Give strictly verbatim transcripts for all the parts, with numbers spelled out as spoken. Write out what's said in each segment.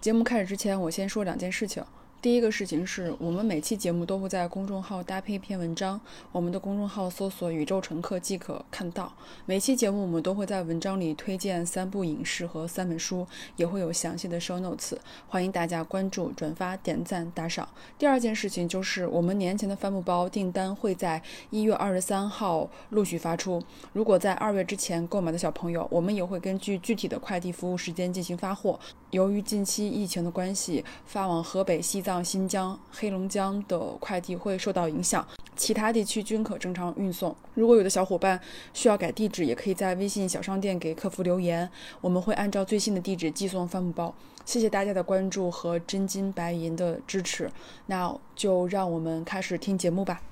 节目开始之前，我先说两件事情。第一个事情是我们每期节目都会在公众号搭配一篇文章，我们的公众号搜索宇宙乘客即可看到。每期节目我们都会在文章里推荐三部影视和三本书，也会有详细的 show notes， 欢迎大家关注、转发、点赞、打赏。第二件事情就是我们年前的帆布包订单会在一月二十三号陆续发出，如果在二月之前购买的小朋友，我们也会根据具体的快递服务时间进行发货。由于近期疫情的关系，发往河北、西藏、新疆、黑龙江的快递会受到影响，其他地区均可正常运送。如果有的小伙伴需要改地址，也可以在微信小商店给客服留言，我们会按照最新的地址寄送帆布包。谢谢大家的关注和真金白银的支持，那就让我们开始听节目吧。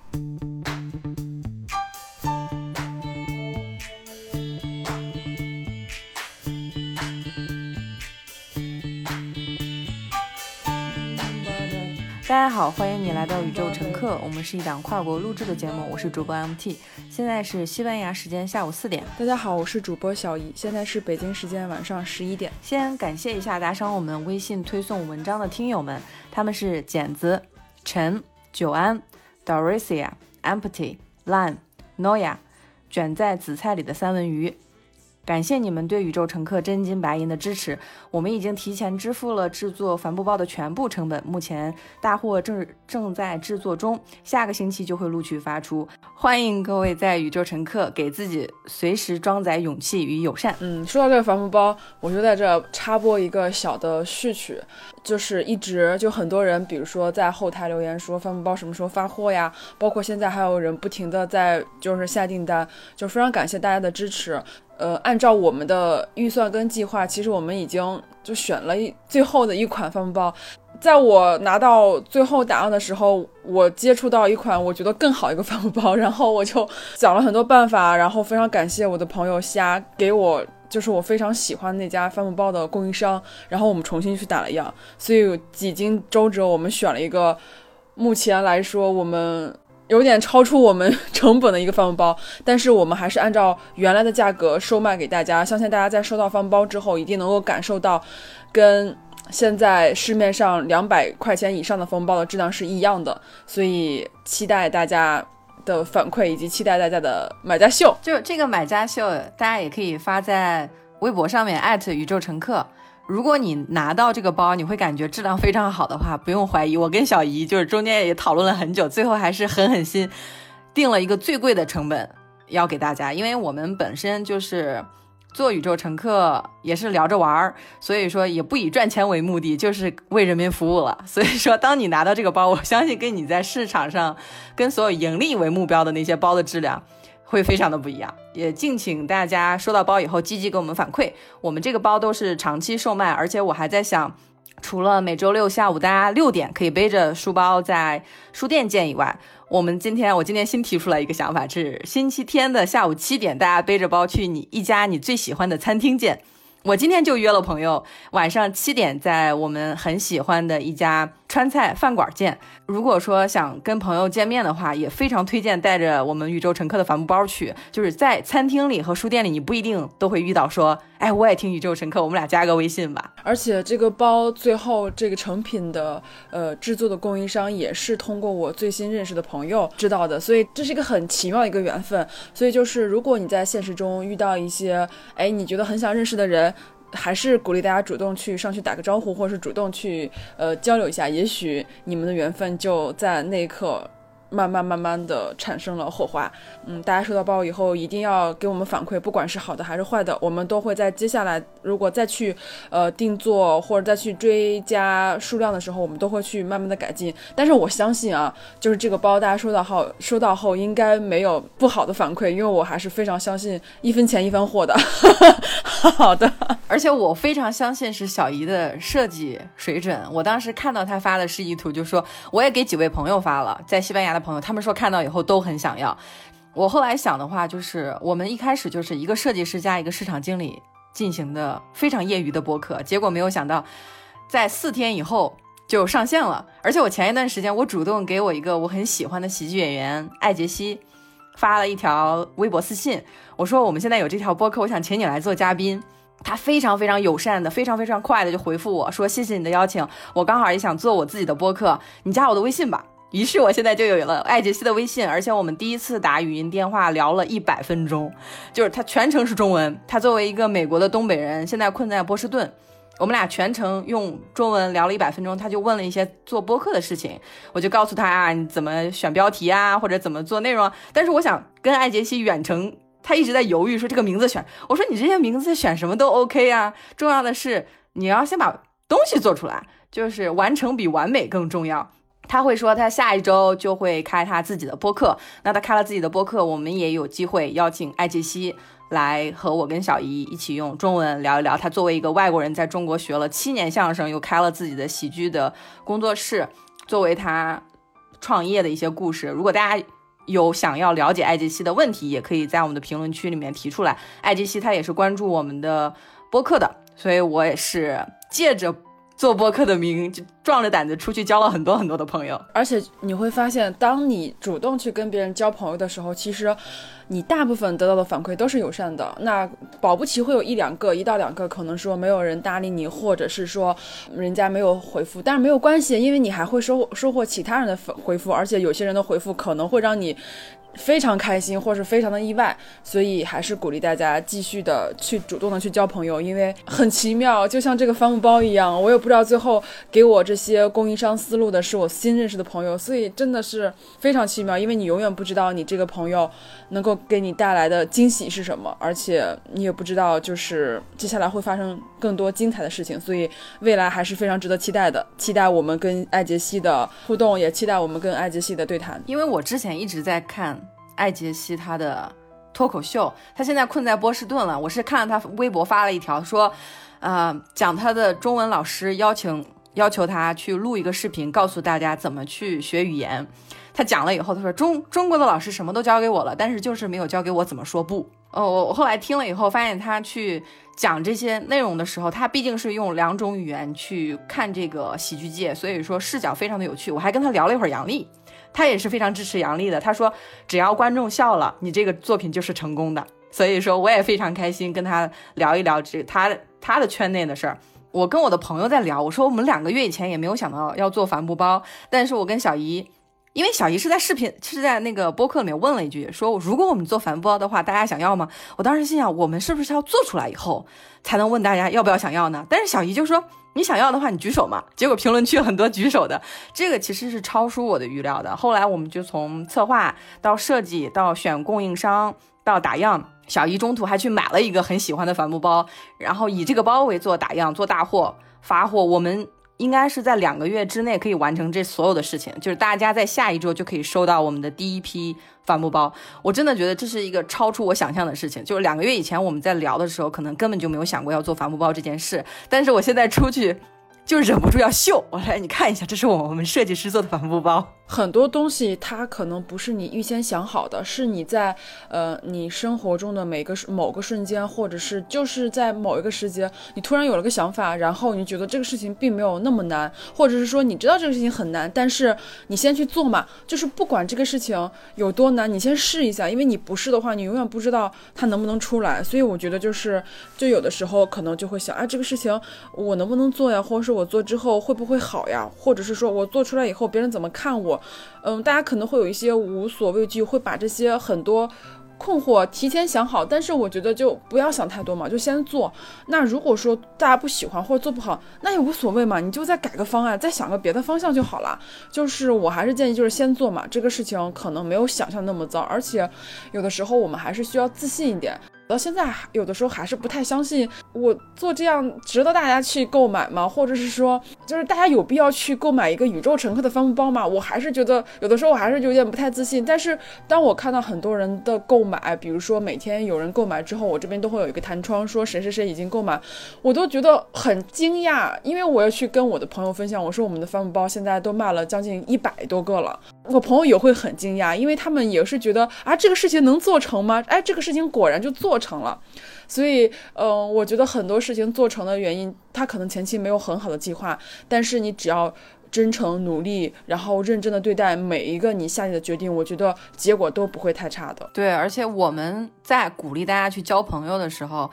大家好，欢迎你来到宇宙乘客，我们是一档跨国录制的节目，我是主播 M T， 现在是西班牙时间下午四点。 大家好，我是主播小怡，现在是北京时间晚上十一点。 先感谢一下打赏我们微信推送文章的听友们，他们是剪子、陈、久安、Doricia、Empty、Lan、Noya， 卷在紫菜里的三文鱼。感谢你们对宇宙乘客真金白银的支持，我们已经提前支付了制作帆布包的全部成本，目前大货正正在制作中，下个星期就会陆续发出。欢迎各位在宇宙乘客给自己随时装载勇气与友善。 嗯，说到这个帆布包，我就在这插播一个小的序曲，就是一直就很多人，比如说在后台留言说帆布包什么时候发货呀，包括现在还有人不停的在就是下订单，就非常感谢大家的支持。呃，按照我们的预算跟计划，其实我们已经就选了一最后的一款帆布包。在我拿到最后答案的时候，我接触到一款我觉得更好一个帆布包，然后我就想了很多办法，然后非常感谢我的朋友虾给我就是我非常喜欢那家帆布包的供应商，然后我们重新去打了样，所以几经周折，我们选了一个目前来说我们有点超出我们成本的一个帆布包，但是我们还是按照原来的价格售卖给大家。相信大家在收到帆布包之后，一定能够感受到跟现在市面上两百块钱以上的帆布包的质量是一样的，所以期待大家的反馈以及期待大家的买家秀。 就这个买家秀，大家也可以发在微博上面艾特宇宙乘客。如果你拿到这个包你会感觉质量非常好的话，不用怀疑，我跟小姨就是中间也讨论了很久，最后还是狠狠心定了一个最贵的成本要给大家。因为我们本身就是做宇宙乘客也是聊着玩，所以说也不以赚钱为目的，就是为人民服务了。所以说当你拿到这个包，我相信跟你在市场上跟所有盈利为目标的那些包的质量会非常的不一样，也敬请大家收到包以后积极给我们反馈。我们这个包都是长期售卖，而且我还在想，除了每周六下午大家六点可以背着书包在书店见以外，我们今天我今天新提出来一个想法，是星期天的下午七点大家背着包去你一家你最喜欢的餐厅见。我今天就约了朋友晚上七点在我们很喜欢的一家川菜饭馆见。如果说想跟朋友见面的话，也非常推荐带着我们宇宙乘客的帆布包去，就是在餐厅里和书店里你不一定都会遇到说，哎，我也听宇宙乘客，我们俩加个微信吧。 而且这个包最后这个成品的呃制作的供应商也是通过我最新认识的朋友知道的，所以这是一个很奇妙的一个缘分。所以就是如果你在现实中遇到一些哎你觉得很想认识的人，还是鼓励大家主动去上去打个招呼，或者是主动去呃交流一下，也许你们的缘分就在那一刻慢慢慢慢的产生了火花。嗯，大家收到包以后一定要给我们反馈，不管是好的还是坏的，我们都会在接下来如果再去呃定做或者再去追加数量的时候，我们都会去慢慢的改进。但是我相信啊，就是这个包大家收到后收到后应该没有不好的反馈，因为我还是非常相信一分钱一分货的。好的， 而且我非常相信是小姨的设计水准。我当时看到她发的示意图，就说我也给几位朋友发了，在西班牙的朋友，他们说看到以后都很想要。我后来想的话，就是我们一开始就是一个设计师加一个市场经理进行的非常业余的播客，结果没有想到在四天以后就上线了。而且我前一段时间我主动给我一个我很喜欢的喜剧演员艾杰西发了一条微博私信，我说我们现在有这条播客，我想请你来做嘉宾。 他非常非常友善的非常非常快的就回复我说谢谢你的邀请，我刚好也想做我自己的播客，你加我的微信吧。于是我现在就有了艾杰西的微信，而且我们第一次打语音电话聊了一百分钟，就是他全程是中文，他作为一个美国的东北人，现在困在波士顿，我们俩全程用中文聊了一百分钟，他就问了一些做播客的事情，我就告诉他啊，你怎么选标题啊，或者怎么做内容。但是我想跟艾杰西远程，他一直在犹豫说这个名字选，我说你这些名字选什么都 OK 啊，重要的是你要先把东西做出来，就是完成比完美更重要。他会说他下一周就会开他自己的播客，那他开了自己的播客，我们也有机会邀请艾杰西来和我跟小姨一起用中文聊一聊他作为一个外国人在中国学了七年相声，又开了自己的喜剧的工作室，作为他创业的一些故事。如果大家有想要了解艾杰西的问题，也可以在我们的评论区里面提出来。艾杰西他也是关注我们的播客的，所以我也是借着做播客的名就壮着胆子出去交了很多很多的朋友。 而且你会发现，当你主动去跟别人交朋友的时候，其实你大部分得到的反馈都是友善的，那保不齐会有一两个一到两个可能说没有人搭理你，或者是说人家没有回复，但是没有关系，因为你还会收收获其他人的回复，而且有些人的回复可能会让你非常开心或是非常的意外，所以还是鼓励大家继续的去主动的去交朋友，因为很奇妙，就像这个帆布包一样，我也不知道最后给我这些供应商思路的是我新认识的朋友，所以真的是非常奇妙，因为你永远不知道你这个朋友能够给你带来的惊喜是什么，而且你也不知道就是接下来会发生更多精彩的事情，所以未来还是非常值得期待的，期待我们跟艾杰西的互动，也期待我们跟艾杰西的对谈。 因为我之前一直在看艾杰西他的脱口秀，他现在困在波士顿了，我是看了他微博发了一条说呃，讲他的中文老师邀请要求他去录一个视频，告诉大家怎么去学语言。他讲了以后，他说中中国的老师什么都教给我了，但是就是没有教给我怎么说不。哦，我我后来听了以后发现，他去讲这些内容的时候，他毕竟是用两种语言去看这个喜剧界，所以说视角非常的有趣。我还跟他聊了一会儿杨笠，他也是非常支持杨笠的，他说只要观众笑了，你这个作品就是成功的。所以说我也非常开心跟他聊一聊这他他的圈内的事儿。我跟我的朋友在聊，我说我们两个月以前也没有想到要做帆布包，但是我跟小姨，因为小姨是在视频是在那个播客里面问了一句，说如果我们做帆布包的话大家想要吗？我当时心想我们是不是要做出来以后才能问大家要不要想要呢？但是小姨就说你想要的话你举手嘛，结果评论区有很多举手的，这个其实是超出我的预料的。后来我们就从策划到设计到选供应商到打样，小姨中途还去买了一个很喜欢的帆布包，然后以这个包为做打样做大货发货，我们应该是在两个月之内可以完成这所有的事情，就是大家在下一周就可以收到我们的第一批帆布包。我真的觉得这是一个超出我想象的事情，就是两个月以前我们在聊的时候可能根本就没有想过要做帆布包这件事，但是我现在出去就忍不住要秀，我来你看一下，这是我们设计师做的帆布包。 很多东西它可能不是你预先想好的，是你在呃你生活中的每个某个瞬间，或者是就是在某一个时间你突然有了个想法，然后你觉得这个事情并没有那么难，或者是说你知道这个事情很难，但是你先去做嘛，就是不管这个事情有多难你先试一下，因为你不试的话你永远不知道它能不能出来。所以我觉得就是就有的时候可能就会想啊，这个事情我能不能做呀，或者是我做之后会不会好呀，或者是说我做出来以后别人怎么看我。嗯，大家可能会有一些无所畏惧，会把这些很多困惑提前想好，但是我觉得就不要想太多嘛，就先做。那如果说大家不喜欢或者做不好，那也无所谓嘛，你就再改个方案，再想个别的方向就好了。就是我还是建议就是先做嘛，这个事情可能没有想象那么糟，而且有的时候我们还是需要自信一点。到现在有的时候还是不太相信我做这样值得大家去购买吗？或者是说就是大家有必要去购买一个宇宙乘客的帆布包吗？我还是觉得有的时候我还是有点不太自信。但是当我看到很多人的购买，比如说每天有人购买之后，我这边都会有一个弹窗说谁谁谁已经购买，我都觉得很惊讶，因为我要去跟我的朋友分享，我说我们的帆布包现在都卖了将近一百多个了，我朋友也会很惊讶，因为他们也是觉得啊这个事情能做成吗？哎，这个事情果然就做成了。所以呃，我觉得很多事情做成的原因，他可能前期没有很好的计划，但是你只要真诚努力，然后认真的对待每一个你下定的决定，我觉得结果都不会太差的。 对，而且我们在鼓励大家去交朋友的时候，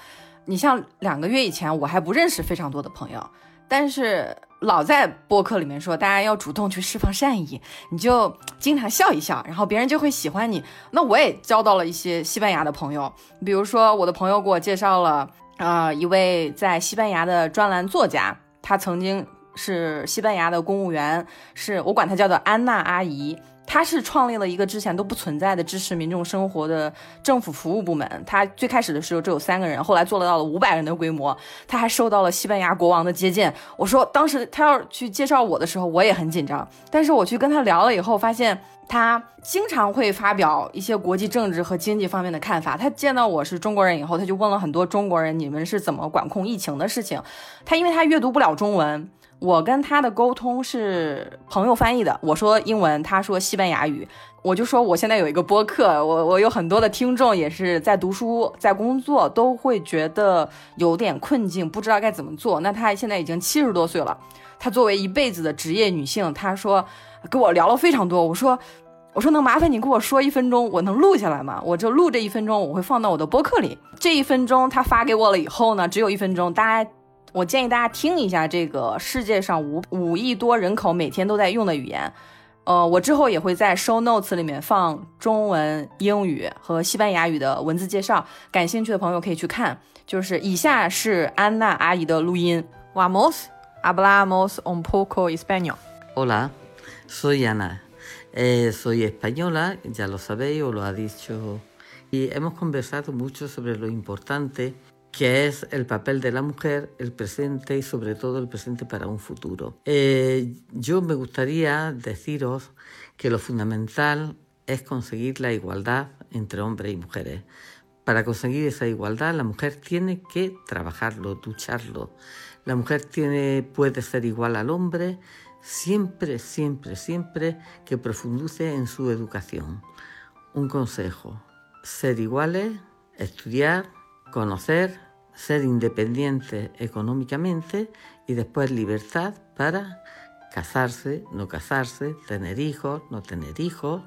你像两个月以前我还不认识非常多的朋友，但是老在播客里面说大家要主动去释放善意，你就经常笑一笑，然后别人就会喜欢你。那我也交到了一些西班牙的朋友，比如说我的朋友给我介绍了呃，一位在西班牙的专栏作家，他曾经是西班牙的公务员，是我管他叫做安娜阿姨。他是创立了一个之前都不存在的支持民众生活的政府服务部门，他最开始的时候只有三个人，后来做到了五百人的规模，他还受到了西班牙国王的接见。我说当时他要去介绍我的时候我也很紧张，但是我去跟他聊了以后发现他经常会发表一些国际政治和经济方面的看法。他见到我是中国人以后，他就问了很多中国人你们是怎么管控疫情的事情。他因为他阅读不了中文，我跟他的沟通是朋友翻译的，我说英文，他说西班牙语。我就说我现在有一个播客，我我有很多的听众也是在读书在工作，都会觉得有点困境，不知道该怎么做。那他现在已经七十多岁了，他作为一辈子的职业女性，他说跟我聊了非常多。我说我说能麻烦你跟我说一分钟，我能录下来吗？我就录这一分钟，我会放到我的播客里。这一分钟他发给我了以后呢，只有一分钟，大家我建议大家听一下这个世界上五五亿多人口每天都在用的语言。呃，我之后也会在 show notes 里面放中文、英语和西班牙语的文字介绍，感兴趣的朋友可以去看。就是以下是安娜阿姨的录音。 Vamos, hablamos un poco español. Hola, soy Ana. Eh, soy española, ya lo sabéis o lo ha dicho. Y hemos conversado mucho sobre lo importante que es el papel de la mujer, el presente y sobre todo el presente para un futuro. Eh, yo me gustaría deciros que lo fundamental es conseguir la igualdad entre hombres y mujeres. Para conseguir esa igualdad, la mujer tiene que trabajarlo, lucharlo. La mujer tiene, puede ser igual al hombre siempre, siempre, siempre que profundice en su educación. Un consejo: ser iguales, estudiar, conocer, ser independientes económicamente y después libertad para casarse, no casarse, tener hijos, no tener hijos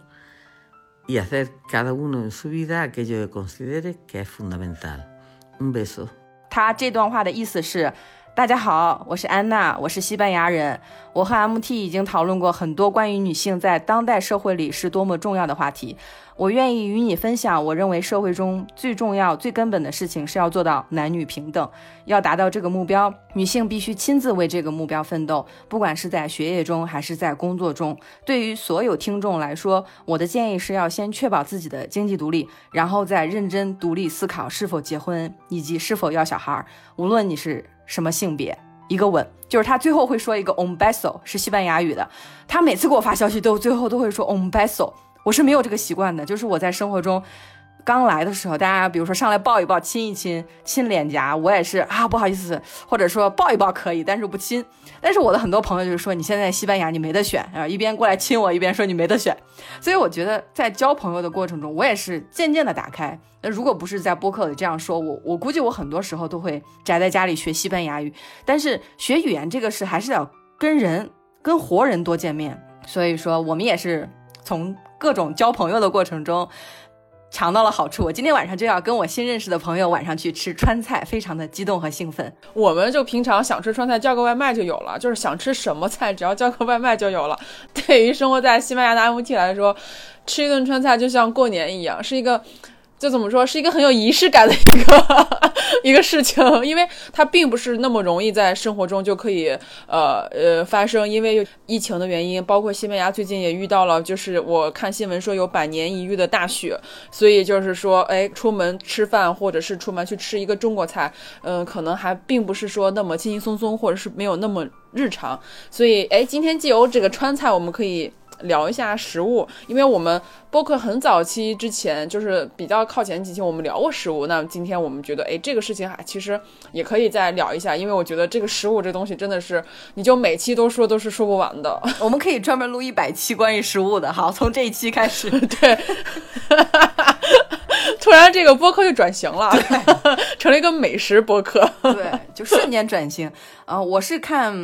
y hacer cada uno en su vida aquello que considere que es fundamental. Un beso. 他这段话的意思是，大家好，我是安娜，我是西班牙人。我和 M T 已经讨论过很多关于女性在当代社会里是多么重要的话题。我愿意与你分享，我认为社会中最重要、最根本的事情是要做到男女平等。要达到这个目标，女性必须亲自为这个目标奋斗，不管是在学业中还是在工作中。对于所有听众来说，我的建议是要先确保自己的经济独立，然后再认真独立思考是否结婚以及是否要小孩。无论你是什么性别，一个吻。就是他最后会说一个 un beso， 是西班牙语的。他每次给我发消息都最后都会说 un beso， 我是没有这个习惯的。就是我在生活中刚来的时候，大家比如说上来抱一抱、亲一亲、亲脸颊，我也是啊不好意思，或者说抱一抱可以，但是不亲。但是我的很多朋友就是说你现在在西班牙你没得选啊，一边过来亲我一边说你没得选。所以我觉得在交朋友的过程中，我也是渐渐的打开。那如果不是在播客里这样说，我我估计我很多时候都会宅在家里学西班牙语。但是学语言这个事还是要跟人跟活人多见面，所以说我们也是从各种交朋友的过程中尝到了好处。我今天晚上就要跟我新认识的朋友晚上去吃川菜，非常的激动和兴奋。 我们就平常想吃川菜叫个外卖就有了，就是想吃什么菜只要叫个外卖就有了。对于生活在西班牙的 M T 来说，吃一顿川菜就像过年一样，是一个就怎么说是一个很有仪式感的一个一个事情，因为它并不是那么容易在生活中就可以呃呃发生。因为疫情的原因，包括西班牙最近也遇到了，就是我看新闻说有百年一遇的大雪，所以就是说哎，出门吃饭或者是出门去吃一个中国菜，嗯、呃，可能还并不是说那么轻轻松松，或者是没有那么日常。所以哎，今天既有这个川菜，我们可以聊一下食物，因为我们播客很早期之前就是比较靠前几期我们聊过食物，那今天我们觉得哎，这个事情还其实也可以再聊一下，因为我觉得这个食物这东西真的是你就每期都说都是说不完的。 我们可以专门录一百期关于食物的。好，从这一期开始对突然这个播客就转型了成了一个美食播客对，就瞬间转型。呃，我是看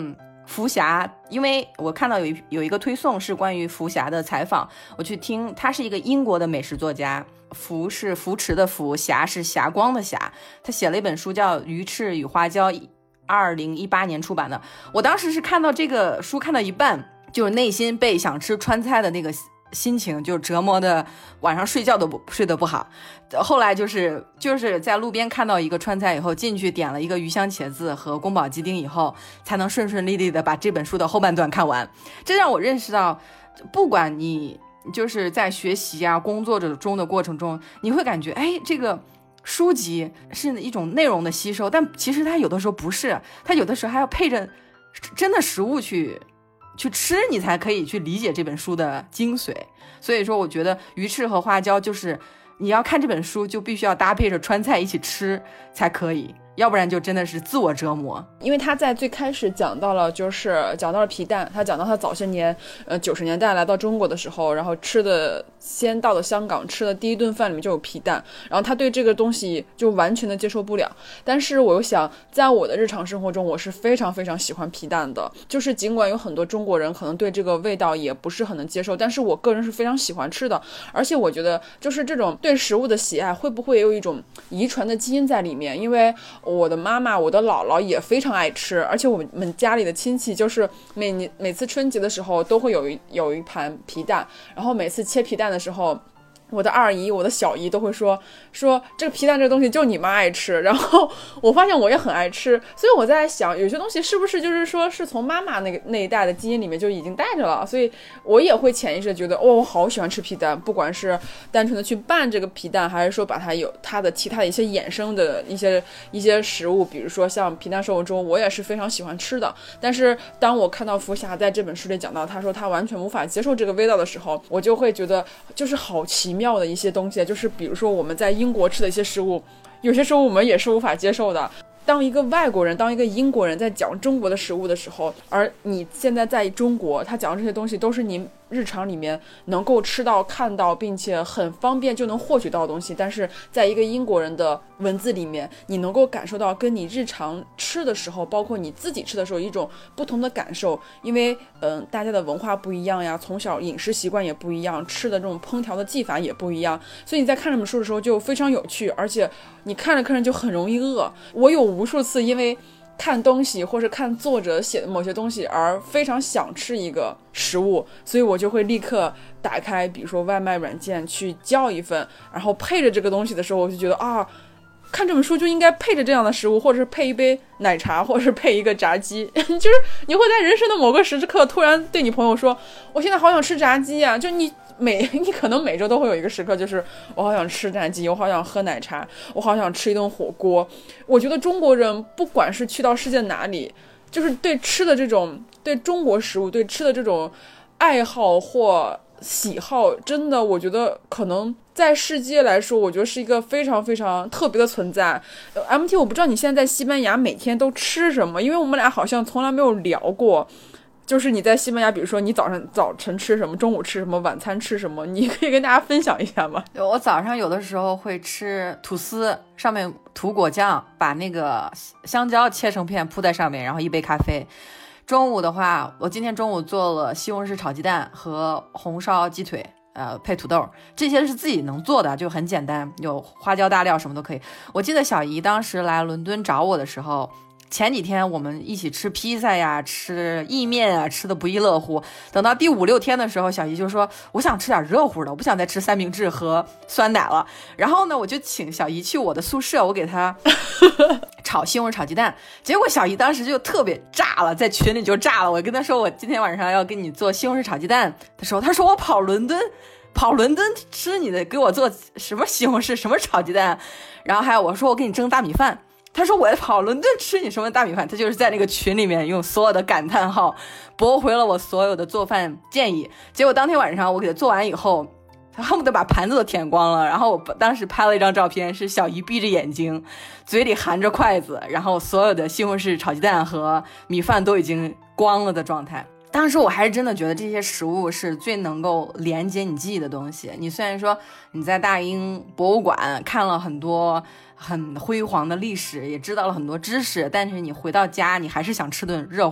福霞，因为我看到有一有一个推送是关于福霞的采访，我去听，他是一个英国的美食作家，福是扶持的福，霞是霞光的霞，他写了一本书叫《鱼翅与花椒》，二零一八年出版的。我当时是看到这个书看到一半，就是内心被想吃川菜的那个心情就折磨的晚上睡觉都不睡得不好。后来就是就是在路边看到一个川菜以后，进去点了一个鱼香茄子和宫保鸡丁以后，才能顺顺利利的把这本书的后半段看完。这让我认识到，不管你就是在学习啊工作中的过程中，你会感觉哎这个书籍是一种内容的吸收，但其实它有的时候不是，它有的时候还要配着真的食物去去吃，你才可以去理解这本书的精髓。所以说我觉得鱼翅和花椒就是你要看这本书就必须要搭配着川菜一起吃才可以，要不然就真的是自我折磨。 因为他在最开始讲到了，就是讲到了皮蛋，他讲到他早些年，呃，九十年代来到中国的时候，然后吃的先到了香港，吃的第一顿饭里面就有皮蛋，然后他对这个东西就完全的接受不了。但是我又想，在我的日常生活中，我是非常非常喜欢皮蛋的，就是尽管有很多中国人可能对这个味道也不是很能接受，但是我个人是非常喜欢吃的。而且我觉得，就是这种对食物的喜爱，会不会也有一种遗传的基因在里面？因为我的妈妈，我的姥姥也非常爱吃，而且我们家里的亲戚就是每年每次春节的时候都会有一有一盘皮蛋，然后每次切皮蛋的时候，我的二姨我的小姨都会说说这个皮蛋这个东西就你妈爱吃，然后我发现我也很爱吃，所以我在想有些东西是不是就是说是从妈妈那个那一代的基因里面就已经带着了，所以我也会潜意识觉得哦我好喜欢吃皮蛋，不管是单纯的去拌这个皮蛋，还是说把它有它的其他的一些衍生的一些一些食物，比如说像皮蛋瘦肉粥，我也是非常喜欢吃的。但是当我看到福霞在这本书里讲到他说他完全无法接受这个味道的时候，我就会觉得就是好奇妙妙的一些东西，就是比如说我们在英国吃的一些食物，有些时候我们也是无法接受的。当一个外国人，当一个英国人在讲中国的食物的时候，而你现在在中国，他讲的这些东西都是你日常里面能够吃到看到并且很方便就能获取到的东西，但是在一个英国人的文字里面，你能够感受到跟你日常吃的时候，包括你自己吃的时候一种不同的感受。因为嗯、呃，大家的文化不一样呀，从小饮食习惯也不一样，吃的这种烹调的技法也不一样，所以你在看这本书的时候就非常有趣，而且你看着看着就很容易饿。我有无数次因为看东西或是看作者写的某些东西而非常想吃一个食物，所以我就会立刻打开比如说外卖软件去叫一份，然后配着这个东西的时候，我就觉得啊，看这本书就应该配着这样的食物，或者是配一杯奶茶，或者是配一个炸鸡就是你会在人生的某个时刻突然对你朋友说我现在好想吃炸鸡啊，就你每你可能每周都会有一个时刻，就是我好想吃炸鸡，我好想喝奶茶，我好想吃一顿火锅。我觉得中国人不管是去到世界哪里，就是对吃的这种对中国食物对吃的这种爱好或喜好，真的我觉得可能在世界来说，我觉得是一个非常非常特别的存在。M T 我不知道你现在在西班牙每天都吃什么，因为我们俩好像从来没有聊过，就是你在西班牙，比如说你早上早晨吃什么，中午吃什么，晚餐吃什么，你可以跟大家分享一下吗？ 我早上有的时候会吃吐司，上面涂果酱，把那个香蕉切成片铺在上面，然后一杯咖啡。中午的话，我今天中午做了西红柿炒鸡蛋和红烧鸡腿，呃，配土豆，这些是自己能做的，就很简单，有花椒大料什么都可以。我记得小姨当时来伦敦找我的时候，前几天我们一起吃披萨呀，吃意面啊，吃的不亦乐乎。等到第五六天的时候，小姨就说我想吃点热乎的，我不想再吃三明治和酸奶了。然后呢，我就请小姨去我的宿舍，我给她炒西红柿炒鸡蛋。结果小姨当时就特别炸了，在群里就炸了。我跟她说我今天晚上要给你做西红柿炒鸡蛋的时候，她说我跑伦敦跑伦敦吃你的，给我做什么西红柿什么炒鸡蛋。然后还有我说我给你蒸大米饭，他说我跑伦敦吃你什么大米饭，他就是在那个群里面用所有的感叹号驳回了我所有的做饭建议。结果当天晚上我给他做完以后，他恨不得把盘子都舔光了。然后我当时拍了一张照片，是小姨闭着眼睛，嘴里含着筷子，然后所有的西红柿炒鸡蛋和米饭都已经光了的状态。当时我还是真的觉得这些食物是最能够连接你记忆的东西。你虽然说你在大英博物馆看了很多很辉煌的历史，也知道了很多知识，但是你回到家你还是想吃顿热乎的。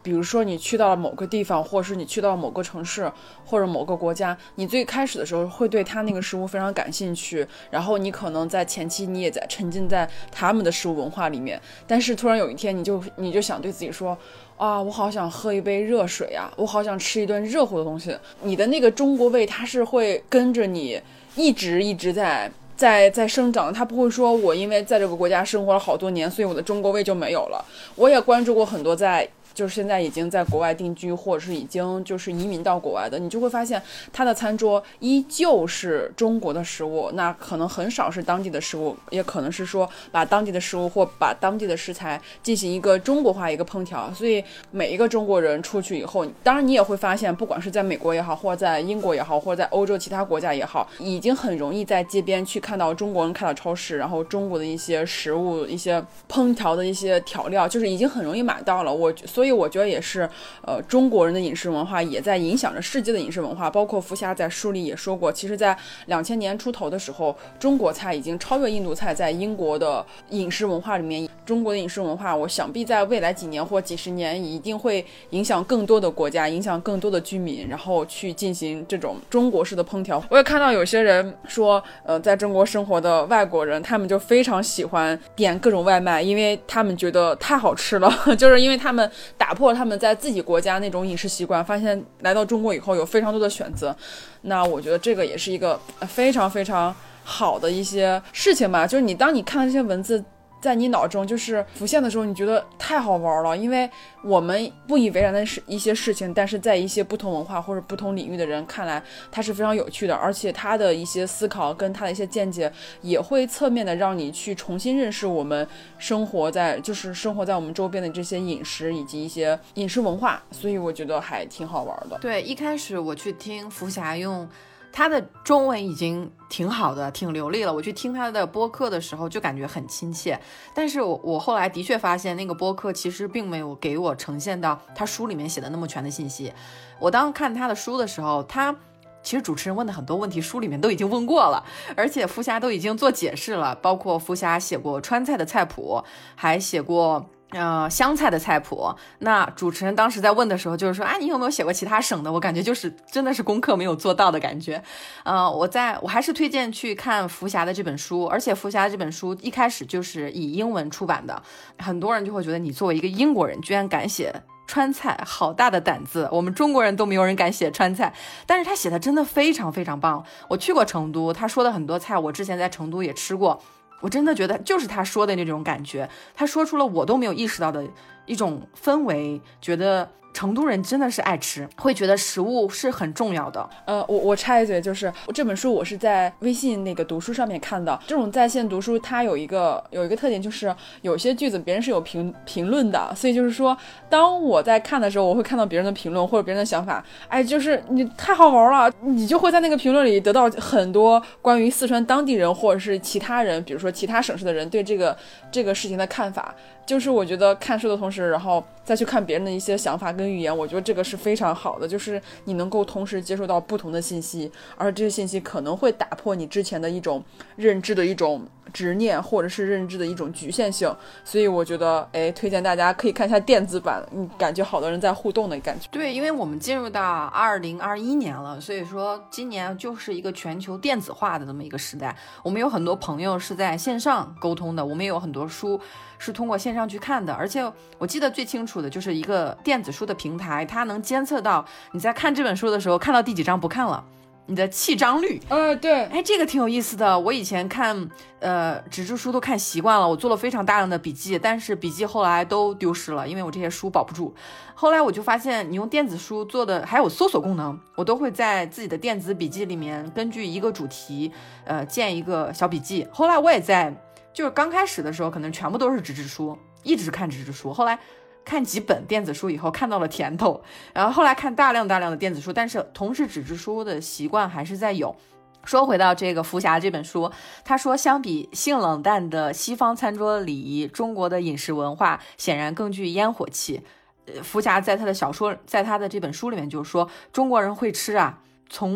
比如说你去到了某个地方，或者是你去到某个城市或者某个国家，你最开始的时候会对他那个食物非常感兴趣，然后你可能在前期你也在沉浸在他们的食物文化里面，但是突然有一天你就你就想对自己说啊，我好想喝一杯热水啊，我好想吃一顿热乎的东西。你的那个中国胃它是会跟着你一直一直在在在生长，它不会说我因为在这个国家生活了好多年，所以我的中国胃就没有了。我也关注过很多在就是现在已经在国外定居，或者是已经就是移民到国外的，你就会发现他的餐桌依旧是中国的食物，那可能很少是当地的食物，也可能是说把当地的食物或把当地的食材进行一个中国化一个烹调。所以每一个中国人出去以后，当然你也会发现，不管是在美国也好，或者在英国也好，或者在欧洲其他国家也好，已经很容易在街边去看到中国人开的超市，然后中国的一些食物、一些烹调的一些调料，就是已经很容易买到了。我所以我觉得也是，呃，中国人的饮食文化也在影响着世界的饮食文化。包括福霞在书里也说过，其实在两千年出头的时候，中国菜已经超越印度菜在英国的饮食文化里面。中国的饮食文化，我想必在未来几年或几十年一定会影响更多的国家，影响更多的居民，然后去进行这种中国式的烹调。我也看到有些人说，呃，在中国生活的外国人，他们就非常喜欢点各种外卖，因为他们觉得太好吃了，就是因为他们打破他们在自己国家那种饮食习惯，发现来到中国以后有非常多的选择。那我觉得这个也是一个非常非常好的一些事情吧，就是你当你看到这些文字在你脑中就是浮现的时候，你觉得太好玩了，因为我们不以为然的一些事情，但是在一些不同文化或者不同领域的人看来，它是非常有趣的，而且他的一些思考跟他的一些见解也会侧面的让你去重新认识我们生活在就是生活在我们周边的这些饮食以及一些饮食文化，所以我觉得还挺好玩的。 对，一开始我去听福霞用他的中文已经挺好的，挺流利了。我去听他的播客的时候就感觉很亲切，但是我我后来的确发现那个播客其实并没有给我呈现到他书里面写的那么全的信息。我当看他的书的时候，他其实主持人问的很多问题书里面都已经问过了，而且福霞都已经做解释了，包括福霞写过川菜的菜谱，还写过呃，湘菜的菜谱。那主持人当时在问的时候就是说啊，你有没有写过其他省的？我感觉就是真的是功课没有做到的感觉。呃，我在我还是推荐去看福霞的这本书，而且福霞的这本书一开始就是以英文出版的，很多人就会觉得你作为一个英国人居然敢写川菜，好大的胆子，我们中国人都没有人敢写川菜。但是他写的真的非常非常棒。我去过成都，他说的很多菜我之前在成都也吃过，我真的觉得就是他说的那种感觉，他说出了我都没有意识到的一种氛围，觉得成都人真的是爱吃，会觉得食物是很重要的。 呃，我我插一嘴，就是这本书我是在微信那个读书上面看的。这种在线读书它有一个有一个特点，就是有些句子别人是有评评论的，所以就是说当我在看的时候，我会看到别人的评论或者别人的想法，哎，就是你太好玩了，你就会在那个评论里得到很多关于四川当地人或者是其他人，比如说其他省市的人对这个这个事情的看法。就是我觉得看书的同时，然后再去看别人的一些想法跟语言，我觉得这个是非常好的，就是你能够同时接收到不同的信息，而这些信息可能会打破你之前的一种认知的一种执念，或者是认知的一种局限性。所以我觉得哎，推荐大家可以看一下电子版，你感觉好多人在互动的感觉。 对，因为我们进入到二零二一年了，所以说今年就是一个全球电子化的这么一个时代，我们有很多朋友是在线上沟通的，我们也有很多书是通过线上去看的。而且我记得最清楚的就是一个电子书的平台，它能监测到你在看这本书的时候看到第几章不看了，你的弃章率。 呃，对， 哎，这个挺有意思的。我以前看呃纸质书都看习惯了，我做了非常大量的笔记，但是笔记后来都丢失了，因为我这些书保不住。后来我就发现你用电子书做的还有搜索功能，我都会在自己的电子笔记里面根据一个主题呃建一个小笔记。后来我也在就是刚开始的时候可能全部都是纸质书，一直看纸质书，后来看几本电子书以后看到了甜头，然后后来看大量大量的电子书，但是同时纸质书的习惯还是在有。说回到这个福霞这本书，他说相比性冷淡的西方餐桌礼仪，中国的饮食文化显然更具烟火气。福霞在他的小说在他的这本书里面就是说，中国人会吃啊，从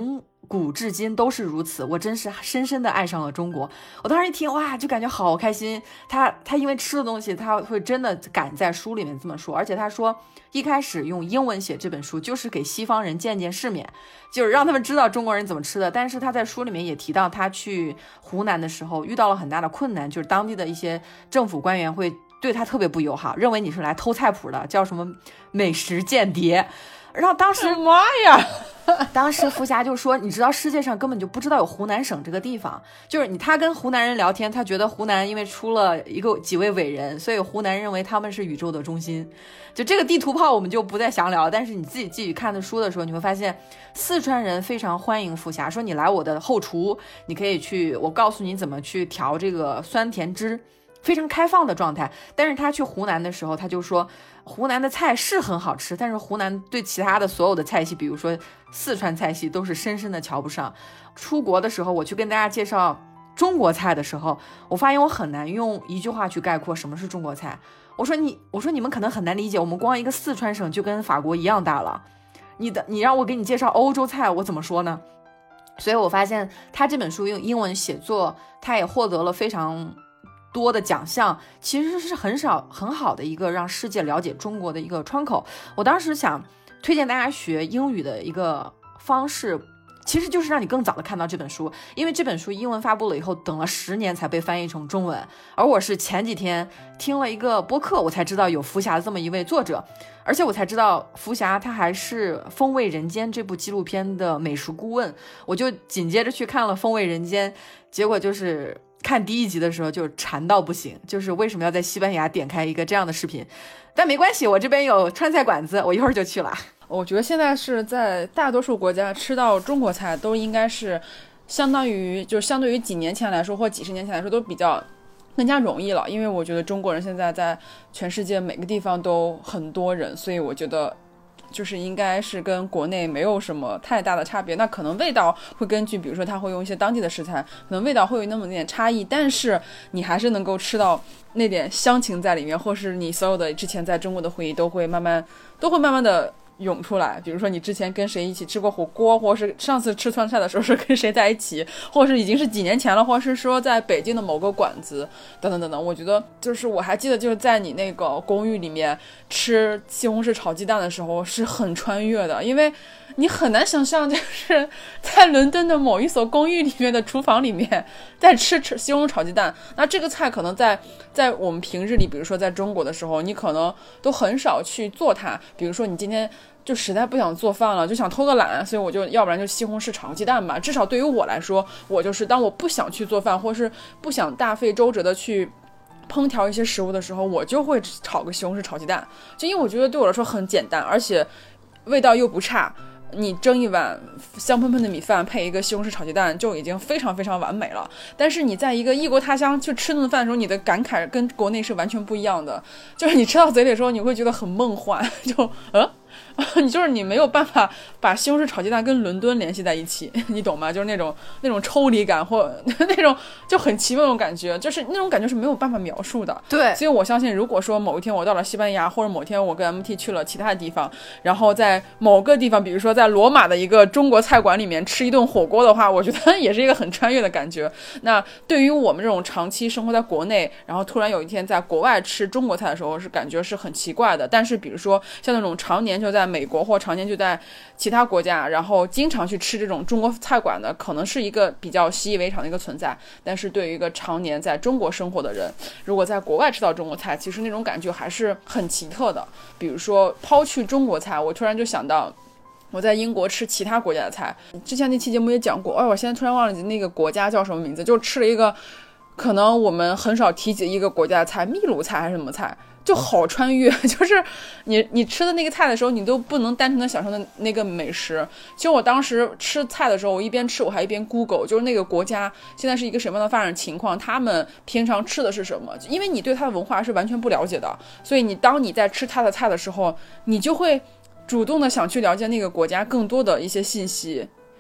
古至今都是如此，我真是深深的爱上了中国。我当时一听，哇，就感觉好开心。他他因为吃的东西，他会真的敢在书里面这么说，而且他说一开始用英文写这本书，就是给西方人见见世面，就是让他们知道中国人怎么吃的。但是他在书里面也提到，他去湖南的时候遇到了很大的困难，就是当地的一些政府官员会对他特别不友好，认为你是来偷菜谱的，叫什么美食间谍。然后当时妈呀， 当时福霞就说，你知道世界上根本就不知道有湖南省这个地方，就是你他跟湖南人聊天，他觉得湖南因为出了一个几位伟人，所以湖南认为他们是宇宙的中心。就这个地图炮我们就不再详聊，但是你自己继续看的书的时候，你会发现四川人非常欢迎福霞，说你来我的后厨，你可以去，我告诉你怎么去调这个酸甜汁，非常开放的状态。但是他去湖南的时候，他就说湖南的菜是很好吃，但是湖南对其他的所有的菜系，比如说四川菜系，都是深深的瞧不上。出国的时候，我去跟大家介绍中国菜的时候，我发现我很难用一句话去概括什么是中国菜。我说你，我说你们可能很难理解，我们光一个四川省就跟法国一样大了，你的你让我给你介绍欧洲菜，我怎么说呢？所以我发现他这本书用英文写作，他也获得了非常多的奖项，其实是很少很好的一个让世界了解中国的一个窗口。我当时想推荐大家学英语的一个方式，其实就是让你更早的看到这本书，因为这本书英文发布了以后，等了十年才被翻译成中文，而我是前几天听了一个播客，我才知道有福霞这么一位作者，而且我才知道福霞她还是《风味人间》这部纪录片的美食顾问，我就紧接着去看了《风味人间》，结果就是看第一集的时候就馋到不行，就是为什么要在西班牙点开一个这样的视频？但没关系，我这边有川菜馆子，我一会儿就去了。 我觉得现在是在大多数国家吃到中国菜都应该是相当于就相对于几年前来说或几十年前来说都比较更加容易了，因为我觉得中国人现在在全世界每个地方都很多人，所以我觉得就是应该是跟国内没有什么太大的差别。那可能味道会根据比如说他会用一些当地的食材，可能味道会有那么点差异，但是你还是能够吃到那点乡情在里面，或是你所有的之前在中国的回忆都会慢慢都会慢慢的涌出来。比如说你之前跟谁一起吃过火锅，或是上次吃川菜的时候是跟谁在一起，或是已经是几年前了，或是说在北京的某个馆子等等等等。我觉得就是我还记得就是在你那个公寓里面吃西红柿炒鸡蛋的时候是很穿越的，因为你很难想象就是在伦敦的某一所公寓里面的厨房里面在吃吃西红柿炒鸡蛋。那这个菜可能在在我们平日里，比如说在中国的时候，你可能都很少去做它。比如说你今天就实在不想做饭了，就想偷个懒，所以我就要不然就西红柿炒鸡蛋吧。至少对于我来说，我就是当我不想去做饭，或是不想大费周折的去烹调一些食物的时候，我就会炒个西红柿炒鸡蛋。就因为我觉得对我来说很简单，而且味道又不差。你蒸一碗香喷喷的米饭配一个西红柿炒鸡蛋就已经非常非常完美了。但是你在一个异国他乡去吃顿饭的时候，你的感慨跟国内是完全不一样的，就是你吃到嘴里的时候你会觉得很梦幻，就呃你就是你没有办法把西红柿炒鸡蛋跟伦敦联系在一起，你懂吗？就是那种那种抽离感或那种就很奇妙的感觉，就是那种感觉是没有办法描述的。 对， 所以我相信如果说某一天我到了西班牙，或者某天我跟 M T 去了其他的地方，然后在某个地方比如说在罗马的一个中国菜馆里面吃一顿火锅的话，我觉得也是一个很穿越的感觉。那对于我们这种长期生活在国内，然后突然有一天在国外吃中国菜的时候，是感觉是很奇怪的。但是比如说像那种常年就在美国或常年就在其他国家，然后经常去吃这种中国菜馆的，可能是一个比较习以为常的一个存在。但是对于一个常年在中国生活的人，如果在国外吃到中国菜，其实那种感觉还是很奇特的。比如说抛去中国菜，我突然就想到我在英国吃其他国家的菜，之前那期节目也讲过，哎，我现在突然忘了那个国家叫什么名字，就吃了一个可能我们很少提及一个国家的菜，秘鲁菜还是什么菜，就好穿越，就是你你吃的那个菜的时候，你都不能单纯的享受的那个美食。其实我当时吃菜的时候，我一边吃我还一边 Google， 就是那个国家现在是一个什么样的发展情况，他们平常吃的是什么，因为你对它的文化是完全不了解的，所以你当你在吃它的菜的时候，你就会主动的想去了解那个国家更多的一些信息。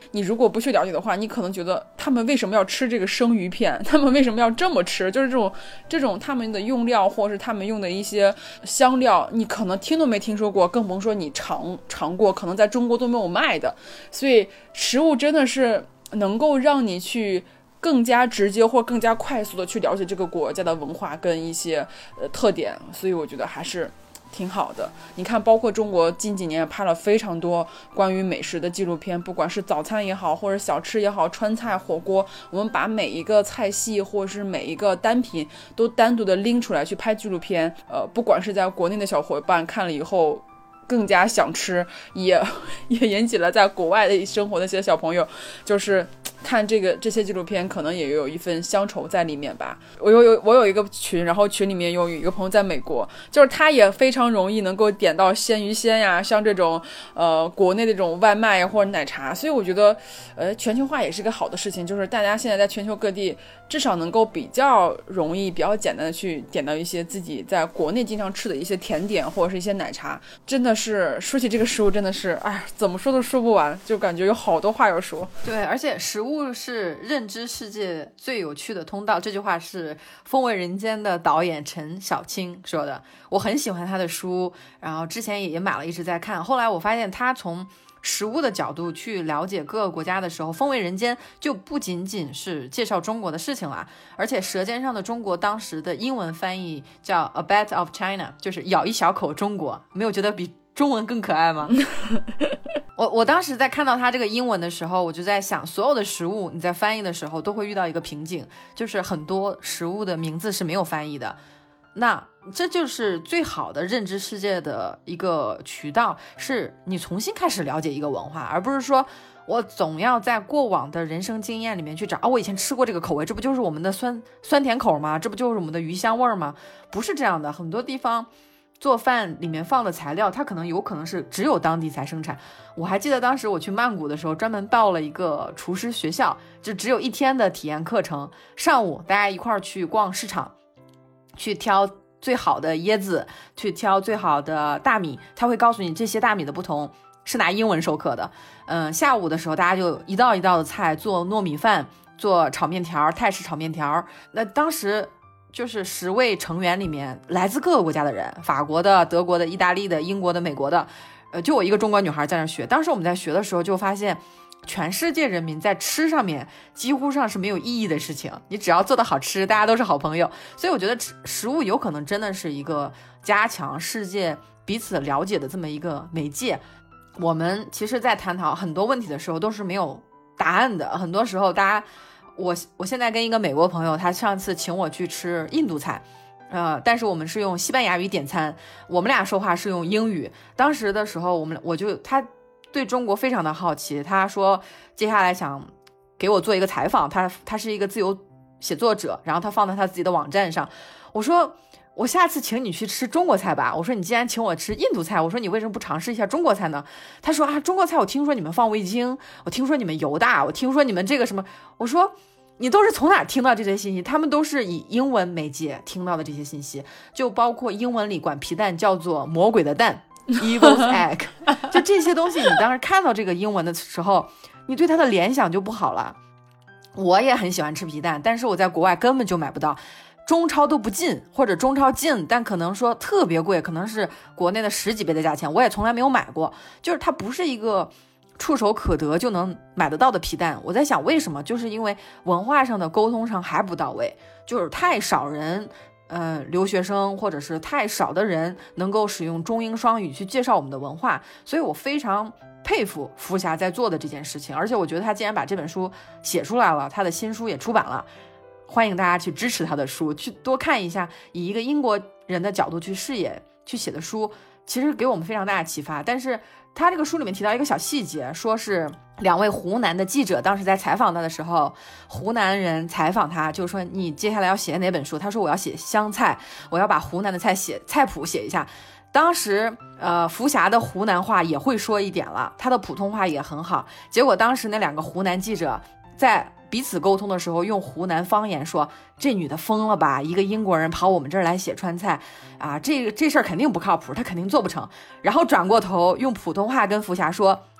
你如果不去了解的话，你可能觉得他们为什么要吃这个生鱼片，他们为什么要这么吃，就是这种这种他们的用料或者是他们用的一些香料，你可能听都没听说过，更甭说你尝尝过，可能在中国都没有卖的。所以食物真的是能够让你去更加直接或更加快速的去了解这个国家的文化跟一些呃特点，所以我觉得还是挺好的。你看包括中国近几年也拍了非常多关于美食的纪录片，不管是早餐也好或者小吃也好，川菜火锅，我们把每一个菜系或者是每一个单品都单独的拎出来去拍纪录片，呃，不管是在国内的小伙伴看了以后更加想吃，也也引起了在国外的生活的一些小朋友就是看这个这些纪录片可能也有一份乡愁在里面吧。我有有我有一个群，然后群里面有一个朋友在美国，就是他也非常容易能够点到鲜鱼鲜呀，像这种呃国内的这种外卖或者奶茶，所以我觉得呃全球化也是个好的事情，就是大家现在在全球各地至少能够比较容易比较简单的去点到一些自己在国内经常吃的一些甜点或者是一些奶茶。真的是说起这个食物真的是哎怎么说都说不完，就感觉有好多话要说。 对，而且食物是认知世界最有趣的通道，这句话是风味人间的导演陈小青说的。我很喜欢他的书，然后之前也也买了一直在看，后来我发现他从食物的角度去了解各个国家的时候，风味人间就不仅仅是介绍中国的事情了，而且舌尖上的中国当时的英文翻译叫 A Bite of China， 就是咬一小口中国，没有觉得比中文更可爱吗？我我当时在看到他这个英文的时候，我就在想，所有的食物你在翻译的时候都会遇到一个瓶颈，就是很多食物的名字是没有翻译的。那这就是最好的认知世界的一个渠道，是你重新开始了解一个文化，而不是说我总要在过往的人生经验里面去找啊，我以前吃过这个口味，这不就是我们的酸酸甜口吗？这不就是我们的鱼香味吗？不是这样的，很多地方做饭里面放的材料，它可能有可能是只有当地才生产。我还记得当时我去曼谷的时候，专门报了一个厨师学校，就只有一天的体验课程，上午大家一块儿去逛市场，去挑最好的椰子，去挑最好的大米，他会告诉你这些大米的不同，是拿英文授课的。嗯，下午的时候大家就一道一道的菜，做糯米饭，做炒面条，泰式炒面条。那当时就是十位成员里面来自各个国家的人，法国的、德国的、意大利的、英国的、美国的，呃，就我一个中国女孩在那学。当时我们在学的时候就发现，全世界人民在吃上面几乎上是没有意义的事情，你只要做得好吃，大家都是好朋友。所以我觉得食物有可能真的是一个加强世界彼此了解的这么一个媒介。我们其实在探讨很多问题的时候都是没有答案的，很多时候大家我我现在跟一个美国朋友，他上次请我去吃印度菜，呃，但是我们是用西班牙语点餐，我们俩说话是用英语。当时的时候，我们我就他对中国非常的好奇，他说接下来想给我做一个采访，他他是一个自由写作者，然后他放在他自己的网站上。我说我下次请你去吃中国菜吧，我说你既然请我吃印度菜，我说你为什么不尝试一下中国菜呢？他说啊，中国菜我听说你们放味精，我听说你们油大，我听说你们这个什么。我说你都是从哪听到这些信息？他们都是以英文媒介听到的这些信息，就包括英文里管皮蛋叫做魔鬼的蛋Evil's egg， 就这些东西你当时看到这个英文的时候，你对它的联想就不好了。我也很喜欢吃皮蛋，但是我在国外根本就买不到，中超都不进，或者中超进但可能说特别贵，可能是国内的十几倍的价钱，我也从来没有买过，就是它不是一个触手可得就能买得到的皮蛋。我在想为什么，就是因为文化上的沟通上还不到位，就是太少人呃，留学生或者是太少的人能够使用中英双语去介绍我们的文化，所以我非常佩服福霞在做的这件事情。而且我觉得他既然把这本书写出来了，他的新书也出版了，欢迎大家去支持他的书，去多看一下以一个英国人的角度去视野去写的书，其实给我们非常大的启发。但是他这个书里面提到一个小细节，说是两位湖南的记者当时在采访他的时候，湖南人采访他，就说你接下来要写哪本书？他说我要写湘菜，我要把湖南的菜写菜谱写一下。当时呃，福霞的湖南话也会说一点了，他的普通话也很好。结果当时那两个湖南记者在彼此沟通的时候用湖南方言说，这女的疯了吧，一个英国人跑我们这儿来写川菜啊，这这事儿肯定不靠谱，他肯定做不成。然后转过头用普通话跟福霞说，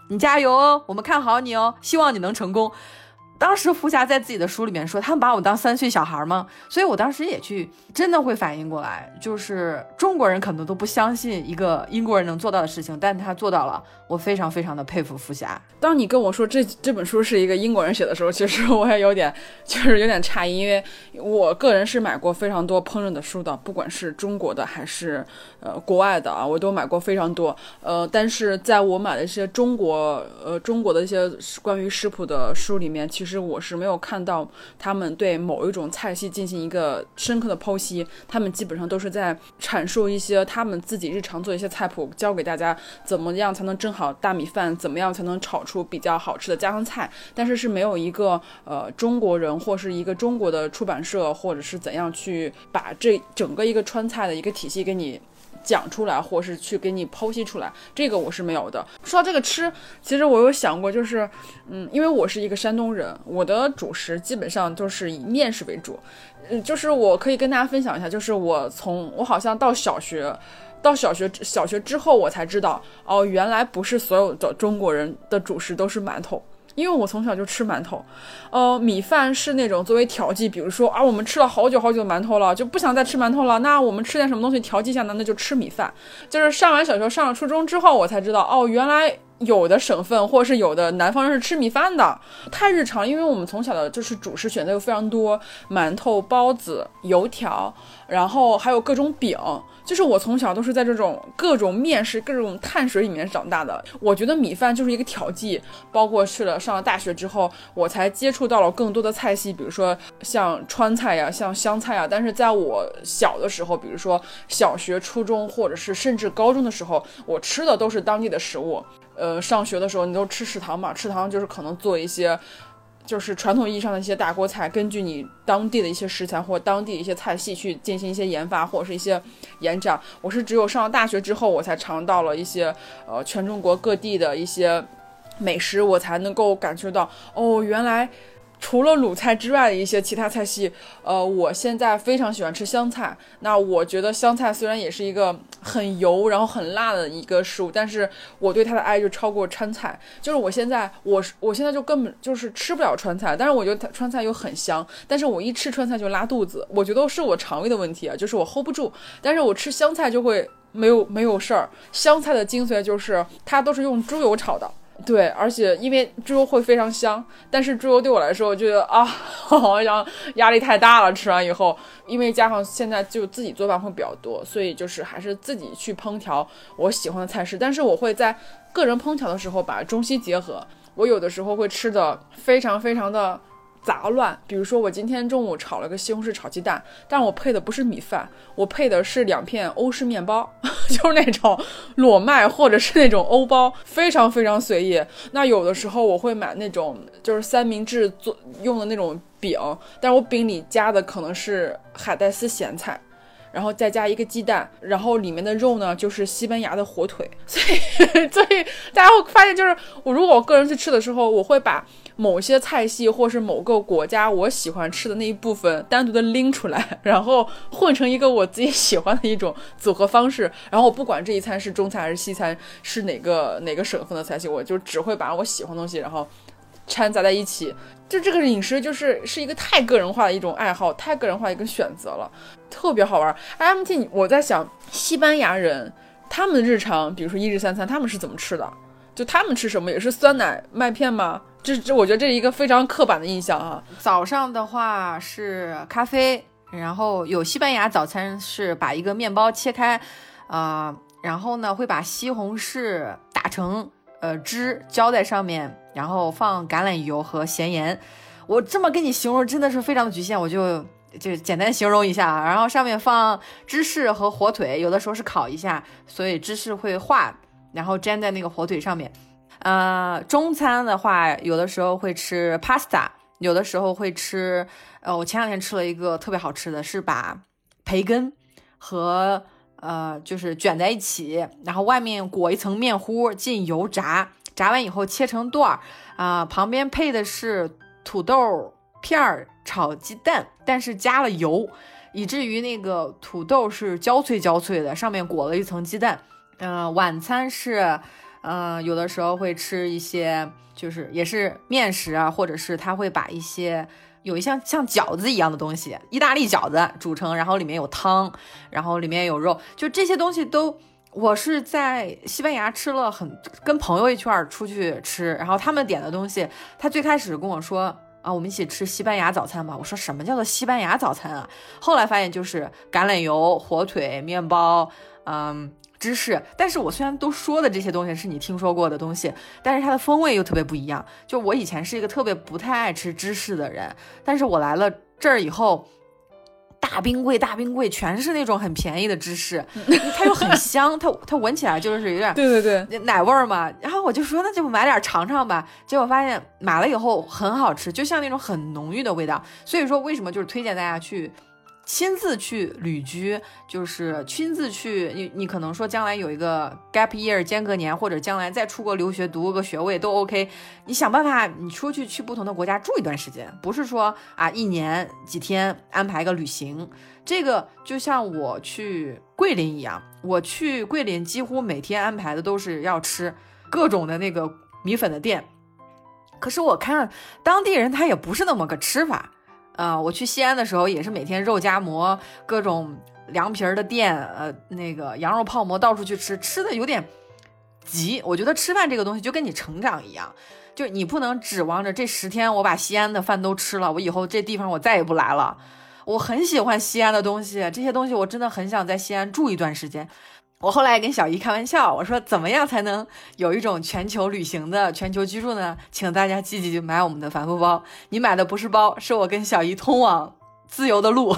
你加油哦，我们看好你哦，希望你能成功。当时福霞在自己的书里面说，他们把我当三岁小孩吗？所以我当时也去真的会反应过来，就是中国人可能都不相信一个英国人能做到的事情，但他做到了，我非常非常的佩服福霞。 当你跟我说这这本书是一个英国人写的时候，其实我也有点就是有点诧异，因为我个人是买过非常多烹饪的书的，不管是中国的还是呃国外的啊，我都买过非常多。呃，但是在我买的一些中国呃中国的一些关于食谱的书里面，其实我是没有看到他们对某一种菜系进行一个深刻的剖析，他们基本上都是在阐述一些他们自己日常做一些菜谱，教给大家怎么样才能蒸好大米饭，怎么样才能炒出比较好吃的家常菜，但是是没有一个呃中国人或是一个中国的出版社或者是怎样去把这整个一个川菜的一个体系给你讲出来，或是去给你剖析出来，这个我是没有的。说到这个吃，其实我有想过，就是嗯，因为我是一个山东人，我的主食基本上都是以面食为主。嗯，就是我可以跟大家分享一下，就是我从我好像到小学。到小学小学之后，我才知道哦，原来不是所有的中国人的主食都是馒头。因为我从小就吃馒头，呃，米饭是那种作为调剂，比如说啊，我们吃了好久好久的馒头了，就不想再吃馒头了，那我们吃点什么东西调剂一下呢？那就吃米饭。就是上完小学上了初中之后，我才知道哦，原来有的省份或是有的南方人是吃米饭的，太日常。因为我们从小的就是主食选择有非常多，馒头、包子、油条，然后还有各种饼。就是我从小都是在这种各种面食、各种碳水里面长大的。我觉得米饭就是一个调剂，包括去了上了大学之后，我才接触到了更多的菜系，比如说像川菜呀、像湘菜呀。但是在我小的时候，比如说小学、初中，或者是甚至高中的时候，我吃的都是当地的食物。呃，上学的时候你都吃食堂嘛，食堂就是可能做一些就是传统意义上的一些大锅菜，根据你当地的一些食材或当地的一些菜系去进行一些研发或者是一些延展。我是只有上了大学之后，我才尝到了一些呃全中国各地的一些美食，我才能够感受到哦，原来除了鲁菜之外的一些其他菜系，呃，我现在非常喜欢吃湘菜。那我觉得湘菜虽然也是一个很油然后很辣的一个食物，但是我对它的爱就超过川菜。就是我现在我我现在就根本就是吃不了川菜，但是我觉得川菜又很香，但是我一吃川菜就拉肚子，我觉得是我肠胃的问题啊，就是我 hold 不住。但是我吃湘菜就会没有没有事儿。湘菜的精髓就是它都是用猪油炒的。对，而且因为猪油会非常香，但是猪油对我来说，我觉得啊，好像压力太大了。吃完以后，因为加上现在就自己做饭会比较多，所以就是还是自己去烹调我喜欢的菜式。但是我会在个人烹调的时候把中西结合，我有的时候会吃的非常非常的杂乱。比如说我今天中午炒了个西红柿炒鸡蛋，但我配的不是米饭，我配的是两片欧式面包，就是那种裸麦或者是那种欧包，非常非常随意。那有的时候我会买那种就是三明治做用的那种饼，但是我饼里加的可能是海带丝咸菜，然后再加一个鸡蛋，然后里面的肉呢就是西班牙的火腿。所以所以大家会发现，就是我如果我个人去吃的时候，我会把某些菜系或是某个国家我喜欢吃的那一部分单独的拎出来，然后混成一个我自己喜欢的一种组合方式。然后我不管这一餐是中餐还是西餐，是哪个哪个省份的菜系，我就只会把我喜欢的东西然后掺杂在一起。就这个饮食就是是一个太个人化的一种爱好，太个人化的一个选择了，特别好玩。 M T 我在想西班牙人他们的日常，比如说一日三餐他们是怎么吃的，就他们吃什么，也是酸奶麦片吗？这这我觉得这是一个非常刻板的印象啊。 早上的话是咖啡，然后有西班牙早餐是把一个面包切开，呃，然后呢会把西红柿打成呃汁浇在上面，然后放橄榄油和咸盐。我这么跟你形容真的是非常的局限，我就就简单形容一下。然后上面放芝士和火腿，有的时候是烤一下，所以芝士会化，然后粘在那个火腿上面。呃，中餐的话，有的时候会吃 pasta， 有的时候会吃，呃，我前两天吃了一个特别好吃的，是把培根和呃就是卷在一起，然后外面裹一层面糊进油炸，炸完以后切成段儿，啊、呃，旁边配的是土豆片儿炒鸡蛋，但是加了油，以至于那个土豆是焦脆焦脆的，上面裹了一层鸡蛋。呃，晚餐是。 嗯、呃，有的时候会吃一些就是也是面食啊，或者是他会把一些有一像像饺子一样的东西，意大利饺子煮成，然后里面有汤，然后里面有肉，就这些东西都我是在西班牙吃了很，跟朋友一块儿出去吃，然后他们点的东西，他最开始跟我说啊，我们一起吃西班牙早餐吧。我说什么叫做西班牙早餐啊？后来发现就是橄榄油、火腿、面包，嗯，芝士。但是我虽然都说的这些东西是你听说过的东西，但是它的风味又特别不一样。就我以前是一个特别不太爱吃芝士的人，但是我来了这儿以后，大冰柜大冰柜全是那种很便宜的芝士，它又很香，它它闻起来就是有点对对对奶味儿嘛。然后我就说那就买点尝尝吧，结果发现买了以后很好吃，就像那种很浓郁的味道。所以说为什么就是推荐大家去亲自去旅居，就是亲自去，你你可能说将来有一个 gap year 间隔年，或者将来再出国留学读个学位都 OK， 你想办法你出去去不同的国家住一段时间，不是说啊一年几天安排个旅行。这个就像我去桂林一样，我去桂林几乎每天安排的都是要吃各种的那个米粉的店，可是我看当地人他也不是那么个吃法。呃，我去西安的时候也是每天肉夹馍，各种凉皮儿的店，呃，那个羊肉泡馍到处去吃，吃的有点急。我觉得吃饭这个东西就跟你成长一样，就你不能指望着这十天我把西安的饭都吃了，我以后这地方我再也不来了。我很喜欢西安的东西，这些东西我真的很想在西安住一段时间。我后来跟小姨开玩笑，我说怎么样才能有一种全球旅行的全球居住呢？请大家积极买我们的帆布包，你买的不是包，是我跟小姨通往自由的路。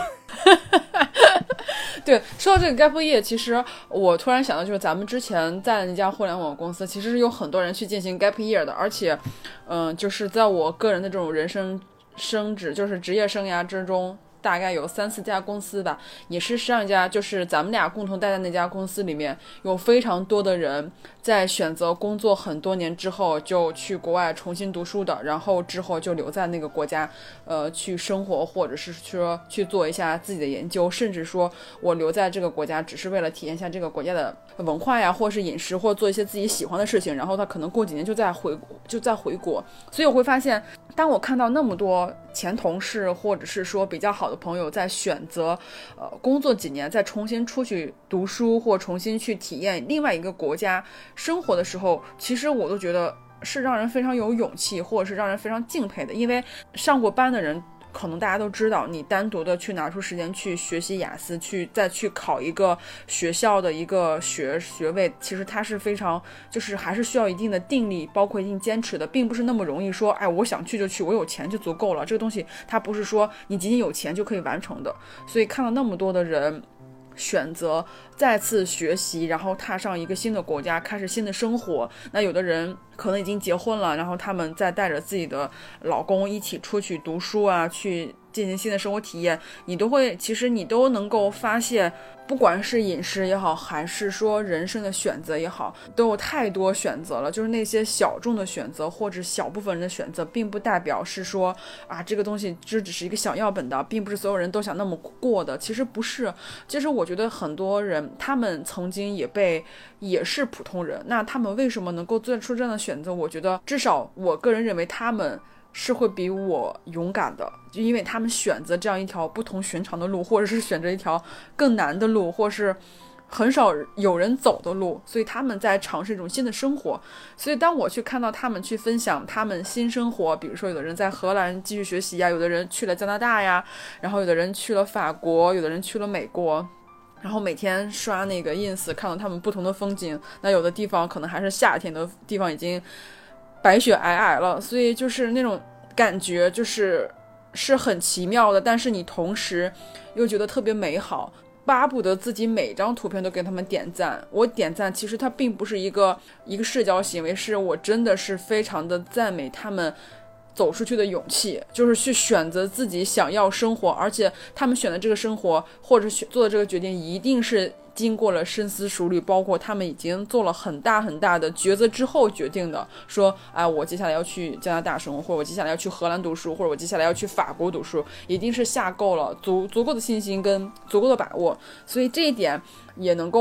对，说到这个 gap year， 其实我突然想到，就是咱们之前在的那家互联网公司，其实是有很多人去进行 gap year 的，而且，嗯、呃，就是在我个人的这种人生升职，就是职业生涯之中。大概有三四家公司吧，也是上一家就是咱们俩共同待在那家公司里面，有非常多的人在选择工作很多年之后就去国外重新读书的，然后之后就留在那个国家呃去生活，或者是说去做一下自己的研究，甚至说我留在这个国家只是为了体验一下这个国家的文化呀，或是饮食，或做一些自己喜欢的事情，然后他可能过几年就再回就再回国。所以我会发现，当我看到那么多前同事或者是说比较好的朋友在选择呃工作几年再重新出去读书或重新去体验另外一个国家生活的时候，其实我都觉得是让人非常有勇气，或者是让人非常敬佩的。因为上过班的人可能大家都知道，你单独的去拿出时间去学习雅思，去再去考一个学校的一个学学位，其实它是非常就是还是需要一定的定力，包括一定坚持的，并不是那么容易说哎我想去就去，我有钱就足够了，这个东西它不是说你仅仅有钱就可以完成的。所以看到那么多的人选择再次学习，然后踏上一个新的国家，开始新的生活。那有的人可能已经结婚了，然后他们再带着自己的老公一起出去读书啊，去进行新的生活体验，你都会其实你都能够发现，不管是饮食也好，还是说人生的选择也好，都有太多选择了。就是那些小众的选择或者小部分人的选择，并不代表是说啊这个东西这只是一个小样本的，并不是所有人都想那么过的。其实不是，其实我觉得很多人他们曾经也被也是普通人，那他们为什么能够做出这样的选择？我觉得至少我个人认为他们是会比我勇敢的，就因为他们选择这样一条不同寻常的路，或者是选择一条更难的路，或是很少有人走的路，所以他们在尝试一种新的生活。所以当我去看到他们去分享他们新生活，比如说有的人在荷兰继续学习呀，有的人去了加拿大呀，然后有的人去了法国，有的人去了美国，然后每天刷那个 ins 看到他们不同的风景，那有的地方可能还是夏天的地方已经白雪皑皑了，所以就是那种感觉就是是很奇妙的，但是你同时又觉得特别美好，巴不得自己每张图片都给他们点赞。我点赞其实它并不是一个一个社交行为，是我真的是非常的赞美他们走出去的勇气，就是去选择自己想要生活，而且他们选的这个生活或者做的这个决定一定是经过了深思熟虑，包括他们已经做了很大很大的抉择之后决定的，说哎，我接下来要去加拿大生活，或者我接下来要去荷兰读书，或者我接下来要去法国读书，一定是下够了足足够的信心跟足够的把握。所以这一点也能够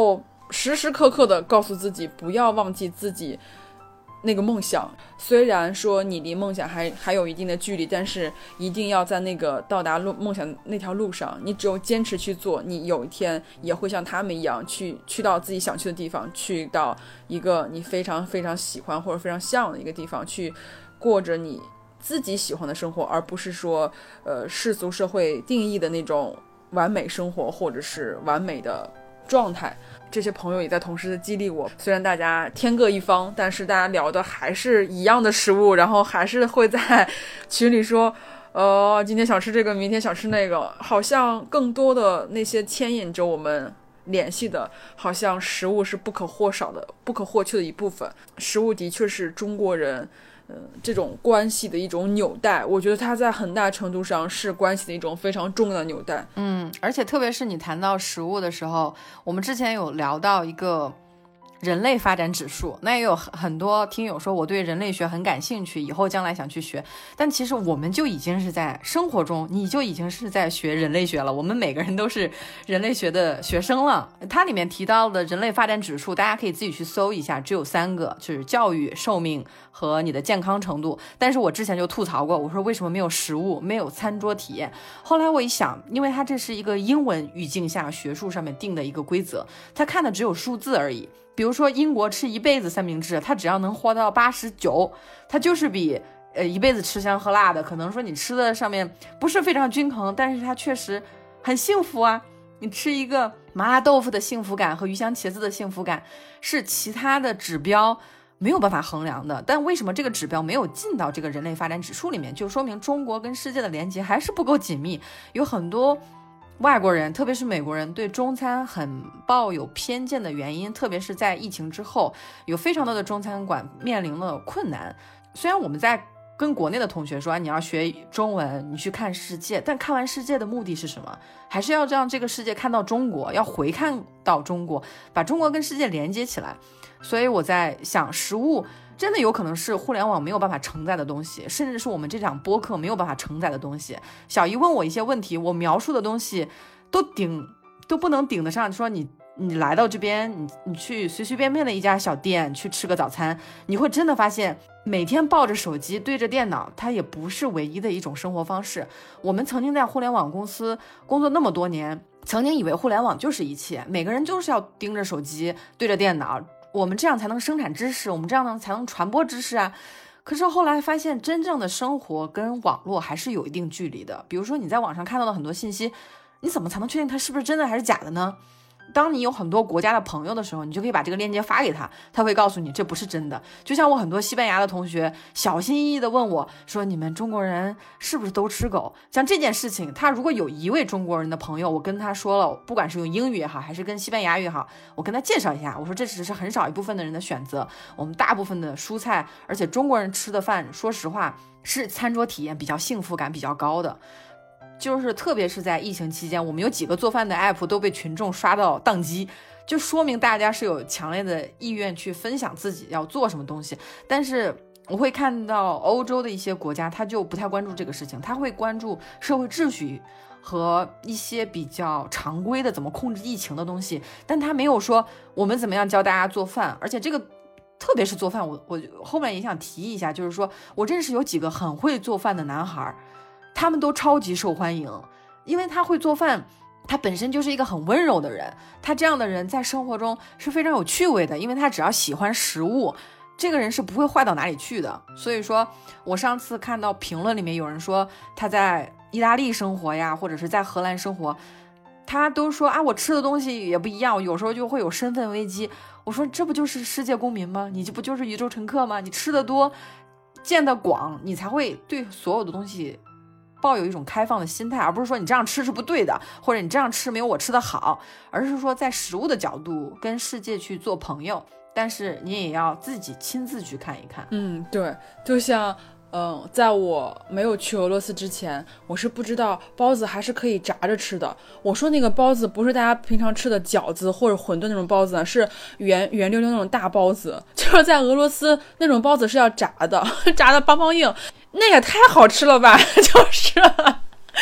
时时刻刻的告诉自己不要忘记自己那个梦想，虽然说你离梦想还还有一定的距离，但是一定要在那个到达路梦想那条路上，你只有坚持去做，你有一天也会像他们一样去去到自己想去的地方，去到一个你非常非常喜欢或者非常向往的一个地方，去过着你自己喜欢的生活，而不是说呃世俗社会定义的那种完美生活或者是完美的状态。这些朋友也在同时的激励我，虽然大家天各一方，但是大家聊的还是一样的食物，然后还是会在群里说呃，今天想吃这个，明天想吃那个，好像更多的那些牵引着我们联系的，好像食物是不可或少的不可或缺的一部分。食物的确是中国人呃，这种关系的一种纽带，我觉得它在很大程度上是关系的一种非常重要的纽带。 嗯，而且特别是你谈到食物的时候，我们之前有聊到一个人类发展指数，那也有很多听友说我对人类学很感兴趣，以后将来想去学，但其实我们就已经是在生活中，你就已经是在学人类学了，我们每个人都是人类学的学生了。它里面提到的人类发展指数，大家可以自己去搜一下，只有三个，就是教育、寿命和你的健康程度。但是我之前就吐槽过，我说为什么没有食物，没有餐桌体验。后来我一想，因为它这是一个英文语境下学术上面定的一个规则，它看的只有数字而已。比如说英国吃一辈子三明治，他只要能活到八十九，他就是比呃一辈子吃香喝辣的，可能说你吃的上面不是非常均衡，但是他确实很幸福啊。你吃一个麻辣豆腐的幸福感和鱼香茄子的幸福感是其他的指标没有办法衡量的。但为什么这个指标没有进到这个人类发展指数里面，就说明中国跟世界的连接还是不够紧密。有很多外国人，特别是美国人，对中餐很抱有偏见的原因，特别是在疫情之后，有非常多的中餐馆面临了困难。虽然我们在跟国内的同学说、啊、你要学中文，你去看世界，但看完世界的目的是什么？还是要让这个世界看到中国，要回看到中国，把中国跟世界连接起来。所以我在想，食物真的有可能是互联网没有办法承载的东西，甚至是我们这场播客没有办法承载的东西。小姨问我一些问题，我描述的东西都顶都不能顶得上，说你你来到这边，你你去随随便便的一家小店去吃个早餐，你会真的发现每天抱着手机对着电脑，它也不是唯一的一种生活方式。我们曾经在互联网公司工作那么多年，曾经以为互联网就是一切，每个人就是要盯着手机对着电脑，我们这样才能生产知识，我们这样才能传播知识啊。可是后来发现，真正的生活跟网络还是有一定距离的。比如说你在网上看到的很多信息，你怎么才能确定它是不是真的还是假的呢？当你有很多国家的朋友的时候，你就可以把这个链接发给他，他会告诉你这不是真的。就像我很多西班牙的同学小心翼翼地问我说，你们中国人是不是都吃狗？像这件事情，他如果有一位中国人的朋友，我跟他说了，不管是用英语也好，还是跟西班牙语也好，我跟他介绍一下，我说这只是很少一部分的人的选择，我们大部分的蔬菜，而且中国人吃的饭，说实话是餐桌体验比较幸福感比较高的。就是特别是在疫情期间，我们有几个做饭的 app 都被群众刷到宕机，就说明大家是有强烈的意愿去分享自己要做什么东西。但是我会看到欧洲的一些国家，他就不太关注这个事情，他会关注社会秩序和一些比较常规的怎么控制疫情的东西，但他没有说我们怎么样教大家做饭。而且这个特别是做饭，我我后面也想提一下，就是说我认识有几个很会做饭的男孩，他们都超级受欢迎，因为他会做饭，他本身就是一个很温柔的人，他这样的人在生活中是非常有趣味的，因为他只要喜欢食物，这个人是不会坏到哪里去的。所以说我上次看到评论里面有人说他在意大利生活呀，或者是在荷兰生活，他都说啊，我吃的东西也不一样，有时候就会有身份危机。我说这不就是世界公民吗？你这不就是宇宙乘客吗？你吃的多见得广，你才会对所有的东西抱有一种开放的心态，而不是说你这样吃是不对的，或者你这样吃没有我吃的好，而是说在食物的角度跟世界去做朋友，但是你也要自己亲自去看一看。 嗯，对，就像嗯，在我没有去俄罗斯之前，我是不知道包子还是可以炸着吃的。我说那个包子不是大家平常吃的饺子或者馄饨那种包子，是圆圆溜溜那种大包子，就是在俄罗斯那种包子是要炸的，炸的邦邦硬，那也太好吃了吧，就是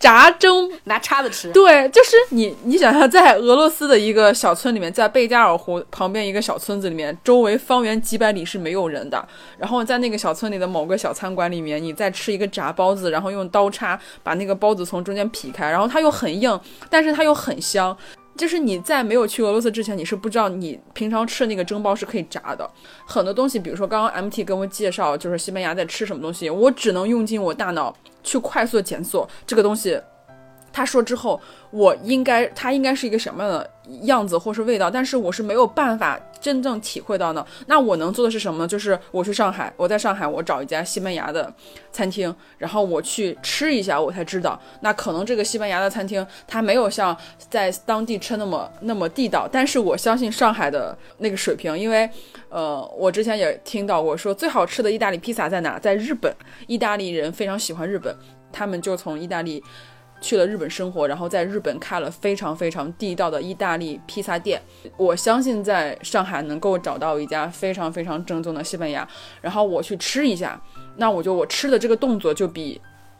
炸蒸拿叉子吃。 对，就是你你想象在俄罗斯的一个小村里面，在贝加尔湖旁边一个小村子里面，周围方圆几百里是没有人的，然后在那个小村里的某个小餐馆里面，你再吃一个炸包子，然后用刀叉把那个包子从中间劈开，然后它又很硬，但是它又很香。就是你在没有去俄罗斯之前，你是不知道你平常吃的那个蒸包是可以炸的。很多东西，比如说刚刚 M T 跟我介绍，就是西班牙在吃什么东西，我只能用尽我大脑去快速的检索这个东西。他说之后，我应该它应该是一个什么样的样子或是味道，但是我是没有办法真正体会到的。那我能做的是什么呢？就是我去上海，我在上海我找一家西班牙的餐厅，然后我去吃一下，我才知道那可能这个西班牙的餐厅它没有像在当地吃那么那么地道，但是我相信上海的那个水平，因为呃我之前也听到过说最好吃的意大利披萨在哪？在日本，意大利人非常喜欢日本，他们就从意大利去了日本生活，然后在日本开了非常非常地道的意大利披萨店。我相信在上海能够找到一家非常非常正宗的西班牙，然后我去吃一下，那我就我吃的这个动作就比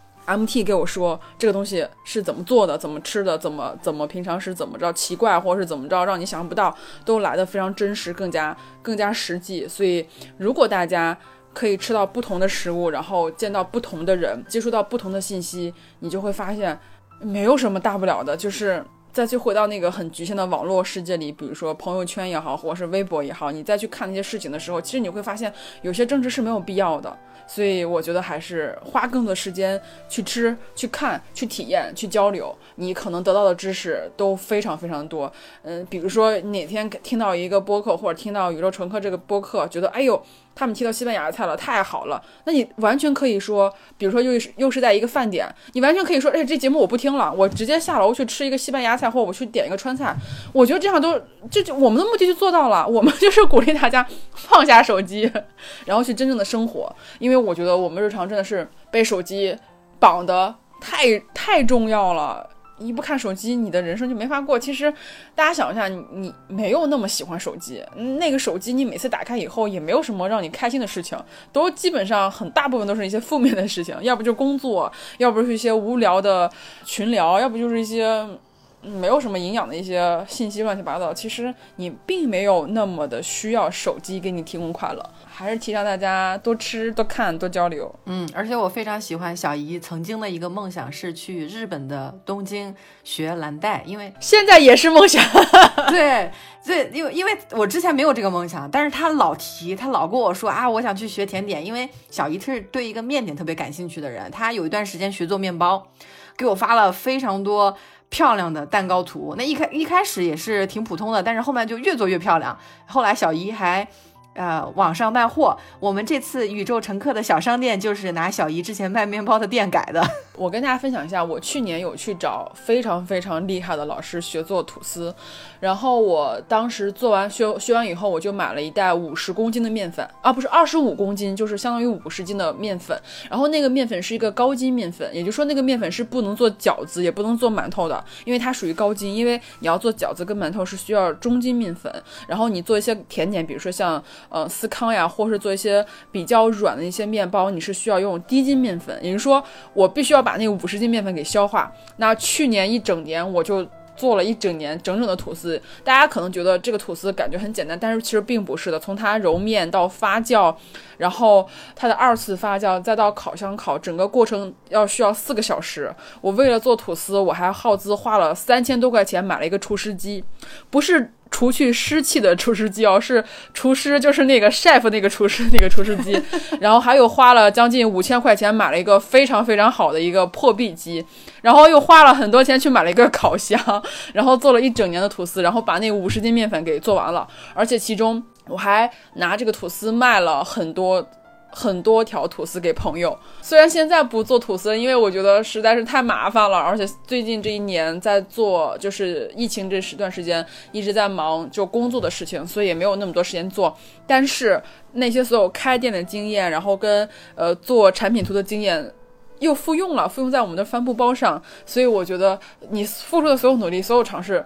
M T 给我说这个东西是怎么做的，怎么吃的，怎么怎么平常是怎么着奇怪，或是怎么着让你想象不到，都来得非常真实，更加更加实际。所以如果大家可以吃到不同的食物，然后见到不同的人，接触到不同的信息，你就会发现没有什么大不了的。就是再去回到那个很局限的网络世界里，比如说朋友圈也好，或是微博也好，你再去看那些事情的时候，其实你会发现有些政治是没有必要的。所以我觉得还是花更多时间去吃、去看、去体验、去交流，你可能得到的知识都非常非常多。嗯，比如说哪天听到一个播客，或者听到宇宙乘客这个播客，觉得哎呦他们提到西班牙菜了，太好了，那你完全可以说，比如说又是又是在一个饭点，你完全可以说，哎，这节目我不听了，我直接下楼去吃一个西班牙菜，或者我去点一个川菜。我觉得这样都这就我们的目的就做到了，我们就是鼓励大家放下手机，然后去真正的生活。因为我觉得我们日常真的是被手机绑得太太重要了。一不看手机，你的人生就没法过。其实大家想一下，你你没有那么喜欢手机，那个手机你每次打开以后也没有什么让你开心的事情，都基本上很大部分都是一些负面的事情，要不就工作，要不是一些无聊的群聊，要不就是一些没有什么营养的一些信息乱七八糟。其实你并没有那么的需要手机给你提供快乐，还是提倡大家多吃多看多交流。 嗯，而且我非常喜欢小姨曾经的一个梦想是去日本的东京学蓝带，因为现在也是梦想。 对对，因为因为我之前没有这个梦想，但是他老提，他老跟我说啊，我想去学甜点，因为小姨是对一个面点特别感兴趣的人，她有一段时间学做面包，给我发了非常多漂亮的蛋糕图。那一开一开始也是挺普通的，但是后面就越做越漂亮。后来小姨还呃网上卖货，我们这次宇宙乘客的小商店就是拿小姨之前卖面包的店改的。 我跟大家分享一下，我去年有去找非常非常厉害的老师学做吐司，然后我当时做完学学完以后，我就买了一袋五十公斤的面粉啊，不是二十五公斤，就是相当于五十斤的面粉。然后那个面粉是一个高筋面粉，也就是说那个面粉是不能做饺子，也不能做馒头的，因为它属于高筋。因为你要做饺子跟馒头是需要中筋面粉，然后你做一些甜点，比如说像呃司康呀，或是做一些比较软的一些面包，你是需要用低筋面粉，也就是说我必须要把那个五十斤面粉给消化。那去年一整年我就做了一整年整整的吐司。大家可能觉得这个吐司感觉很简单，但是其实并不是的。从它揉面到发酵，然后它的二次发酵，再到烤箱烤，整个过程要需要四个小时。我为了做吐司，我还耗资花了三千多块钱买了一个除湿机，不是除去湿气的除湿机哦，是除湿，就是那个 chef 那个除湿那个除湿机。然后还有花了将近五千块钱买了一个非常非常好的一个破壁机，然后又花了很多钱去买了一个烤箱，然后做了一整年的吐司，然后把那五十斤面粉给做完了。而且其中我还拿这个吐司卖了很多很多条吐司给朋友。虽然现在不做吐司，因为我觉得实在是太麻烦了，而且最近这一年在做，就是疫情这十段时间一直在忙就工作的事情，所以也没有那么多时间做。但是那些所有开店的经验，然后跟呃做产品图的经验又复用了，复用在我们的帆布包上。所以我觉得你付出的所有努力，所有尝试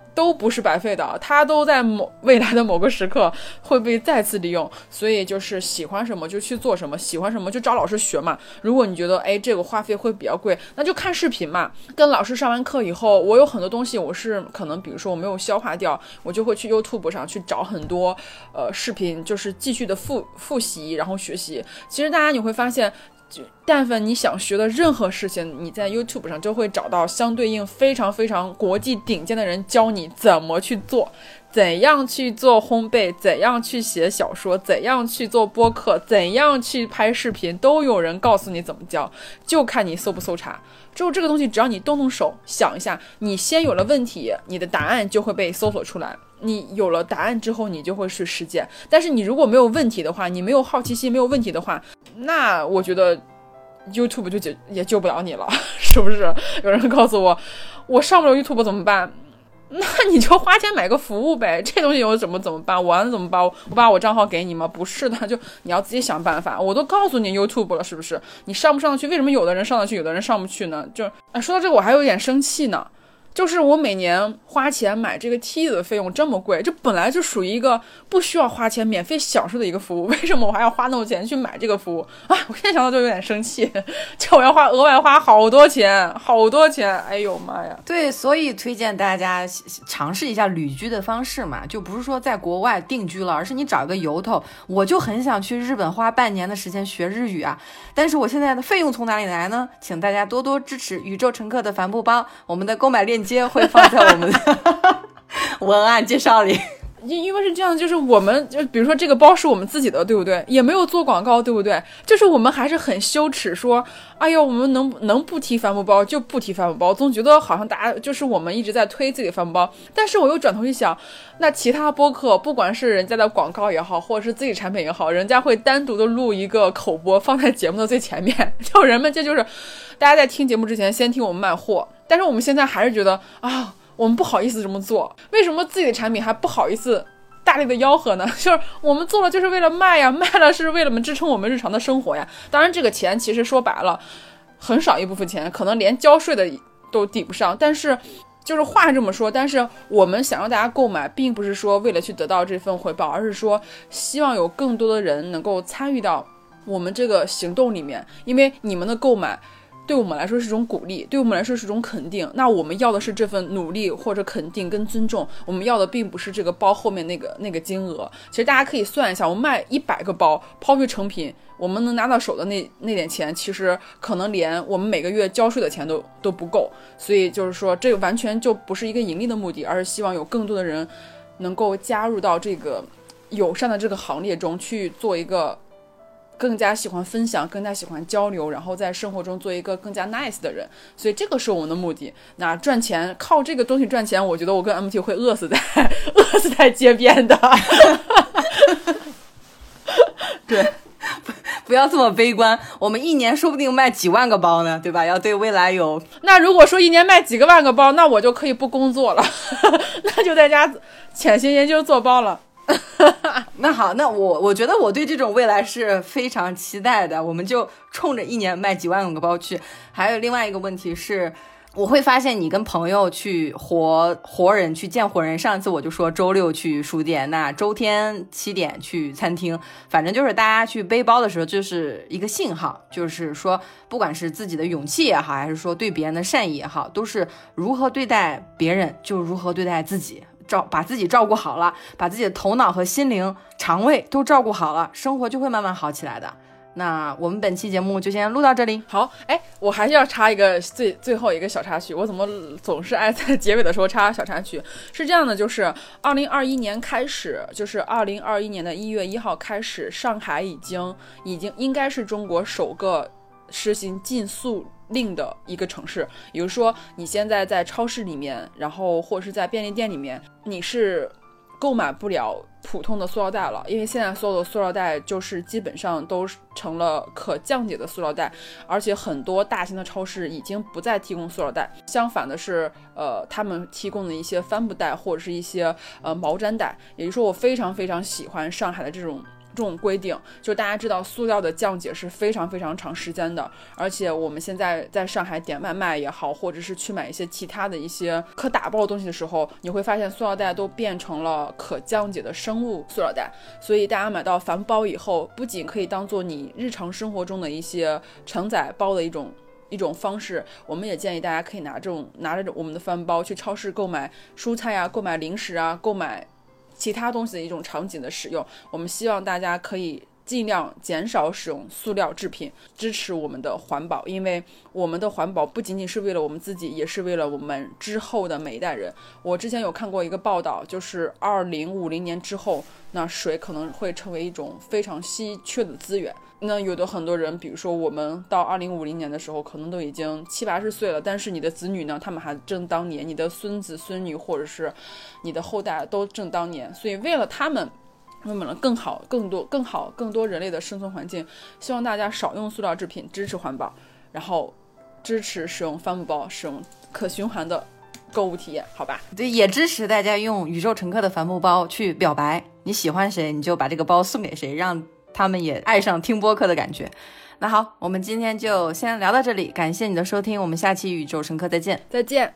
都不是白费的，它都在某未来的某个时刻会被再次利用。所以就是喜欢什么就去做什么，喜欢什么就找老师学嘛。如果你觉得哎这个花费会比较贵，那就看视频嘛。跟老师上完课以后，我有很多东西我是可能比如说我没有消化掉，我就会去 YouTube 上去找很多呃视频，就是继续的复复习然后学习。其实大家你会发现，但凡你想学的任何事情，你在 YouTube 上就会找到相对应非常非常国际顶尖的人教你怎么去做，怎样去做烘焙，怎样去写小说，怎样去做播客，怎样去拍视频，都有人告诉你怎么教，就看你搜不搜查。之后这个东西只要你动动手想一下，你先有了问题，你的答案就会被搜索出来，你有了答案之后你就会去实践。但是你如果没有问题的话，你没有好奇心，没有问题的话，那我觉得 YouTube 就解也救不了你了，是不是？有人告诉我我上不了 YouTube 怎么办？那你就花钱买个服务呗，这东西有怎么怎么办？完了怎么办？我把我账号给你吗？不是的，就你要自己想办法。我都告诉你 YouTube 了，是不是？你上不上去？为什么有的人上得去，有的人上不去呢？就哎，说到这个我还有点生气呢。就是我每年花钱买这个梯子的费用这么贵，这本来就属于一个不需要花钱免费享受的一个服务，为什么我还要花那么多钱去买这个服务啊？我现在想到就有点生气，这我要花额外花好多钱好多钱，哎呦妈呀。 对，所以推荐大家尝试一下旅居的方式嘛，就不是说在国外定居了，而是你找一个由头。我就很想去日本花半年的时间学日语啊，但是我现在的费用从哪里来呢？请大家多多支持宇宙乘客的帆布包，我们的购买链接会放在我们的文案介绍里。 因因为是这样，就是我们就比如说这个包是我们自己的，对不对？也没有做广告，对不对？就是我们还是很羞耻说，哎呦，我们能能不提帆布包就不提帆布包，总觉得好像大家就是我们一直在推自己的帆布包。但是我又转头去想，那其他播客不管是人家的广告也好，或者是自己产品也好，人家会单独的录一个口播放在节目的最前面，就人们这就是大家在听节目之前先听我们卖货，但是我们现在还是觉得啊，我们不好意思这么做。为什么自己的产品还不好意思大力的吆喝呢？就是我们做了就是为了卖呀，卖了是为了我们支撑我们日常的生活呀。当然这个钱其实说白了很少一部分钱，可能连交税的都抵不上，但是就是话这么说，但是我们想让大家购买并不是说为了去得到这份回报，而是说希望有更多的人能够参与到我们这个行动里面。因为你们的购买对我们来说是一种鼓励，对我们来说是一种肯定，那我们要的是这份努力或者肯定跟尊重，我们要的并不是这个包后面那个那个金额。其实大家可以算一下，我们卖一百个包抛去成品，我们能拿到手的那那点钱，其实可能连我们每个月交税的钱都都不够。所以就是说这个完全就不是一个盈利的目的，而是希望有更多的人能够加入到这个友善的这个行列中去，做一个更加喜欢分享，更加喜欢交流，然后在生活中做一个更加 nice 的人。所以这个是我们的目的。那赚钱，靠这个东西赚钱，我觉得我跟 M T 会饿死在饿死在街边的。 对，不不要这么悲观，我们一年说不定卖几万个包呢，对吧？要对未来有。 那如果说一年卖几个万个包，那我就可以不工作了，那就在家潜心研究做包了。 那好，那我我觉得我对这种未来是非常期待的，我们就冲着一年卖几万个包去。还有另外一个问题是，我会发现你跟朋友去活活人去见活人，上一次我就说周六去书店，那周天七点去餐厅，反正就是大家去背包的时候就是一个信号，就是说不管是自己的勇气也好，还是说对别人的善意也好，都是如何对待别人就如何对待自己，照把自己照顾好了，把自己的头脑和心灵肠胃都照顾好了，生活就会慢慢好起来的。那我们本期节目就先录到这里。 好，哎，我还是要插一个最最后一个小插曲，我怎么总是爱在结尾的时候插小插曲？是这样的，就是二零二一年开始，就是二零二一年的一月一号开始，上海已经已经应该是中国首个实行禁塑令的一个城市。比如说你现在在超市里面，然后或者是在便利店里面，你是购买不了普通的塑料袋了，因为现在所有的塑料袋就是基本上都成了可降解的塑料袋，而且很多大型的超市已经不再提供塑料袋，相反的是呃，他们提供的一些帆布袋或者是一些呃毛毡袋。也就是说我非常非常喜欢上海的这种这种规定，就大家知道塑料的降解是非常非常长时间的，而且我们现在在上海点外卖也好，或者是去买一些其他的一些可打包的东西的时候，你会发现塑料袋都变成了可降解的生物塑料袋，所以大家买到帆布包以后，不仅可以当做你日常生活中的一些承载包的一种一种方式，我们也建议大家可以拿这种拿着我们的帆布包去超市购买蔬菜啊，购买零食啊，购买其他东西的一种场景的使用。我们希望大家可以尽量减少使用塑料制品，支持我们的环保，因为我们的环保不仅仅是为了我们自己，也是为了我们之后的每一代人。我之前有看过一个报道，就是二零五零年之后，那水可能会成为一种非常稀缺的资源。那有的很多人，比如说我们到二零五零年的时候可能都已经七八十岁了，但是你的子女呢，他们还正当年，你的孙子孙女或者是你的后代都正当年，所以为了他们为了更好更多更好更多人类的生存环境，希望大家少用塑料制品，支持环保，然后支持使用帆布包，使用可循环的购物体验，好吧？ 对，也支持大家用宇宙乘客的帆布包去表白，你喜欢谁你就把这个包送给谁，让他们也爱上听播客的感觉。那好，我们今天就先聊到这里，感谢你的收听，我们下期宇宙乘客再见。 再见。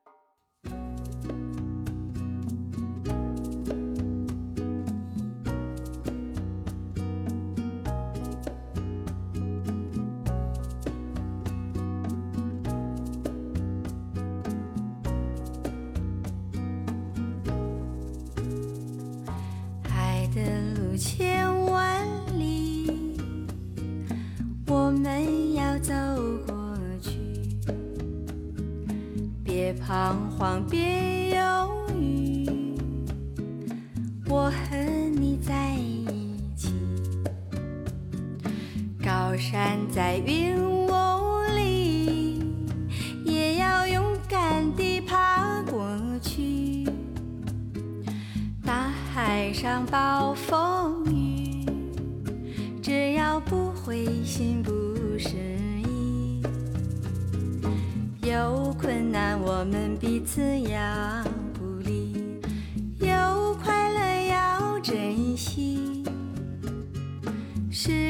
爱的路千万里，我们要走过去，别彷徨，别犹豫，我和你在一起。高山在云雾里，也要勇敢地爬过去。大海上暴风雨，只要不灰心不失意，有困难我们彼此要鼓励，有快乐要珍惜。是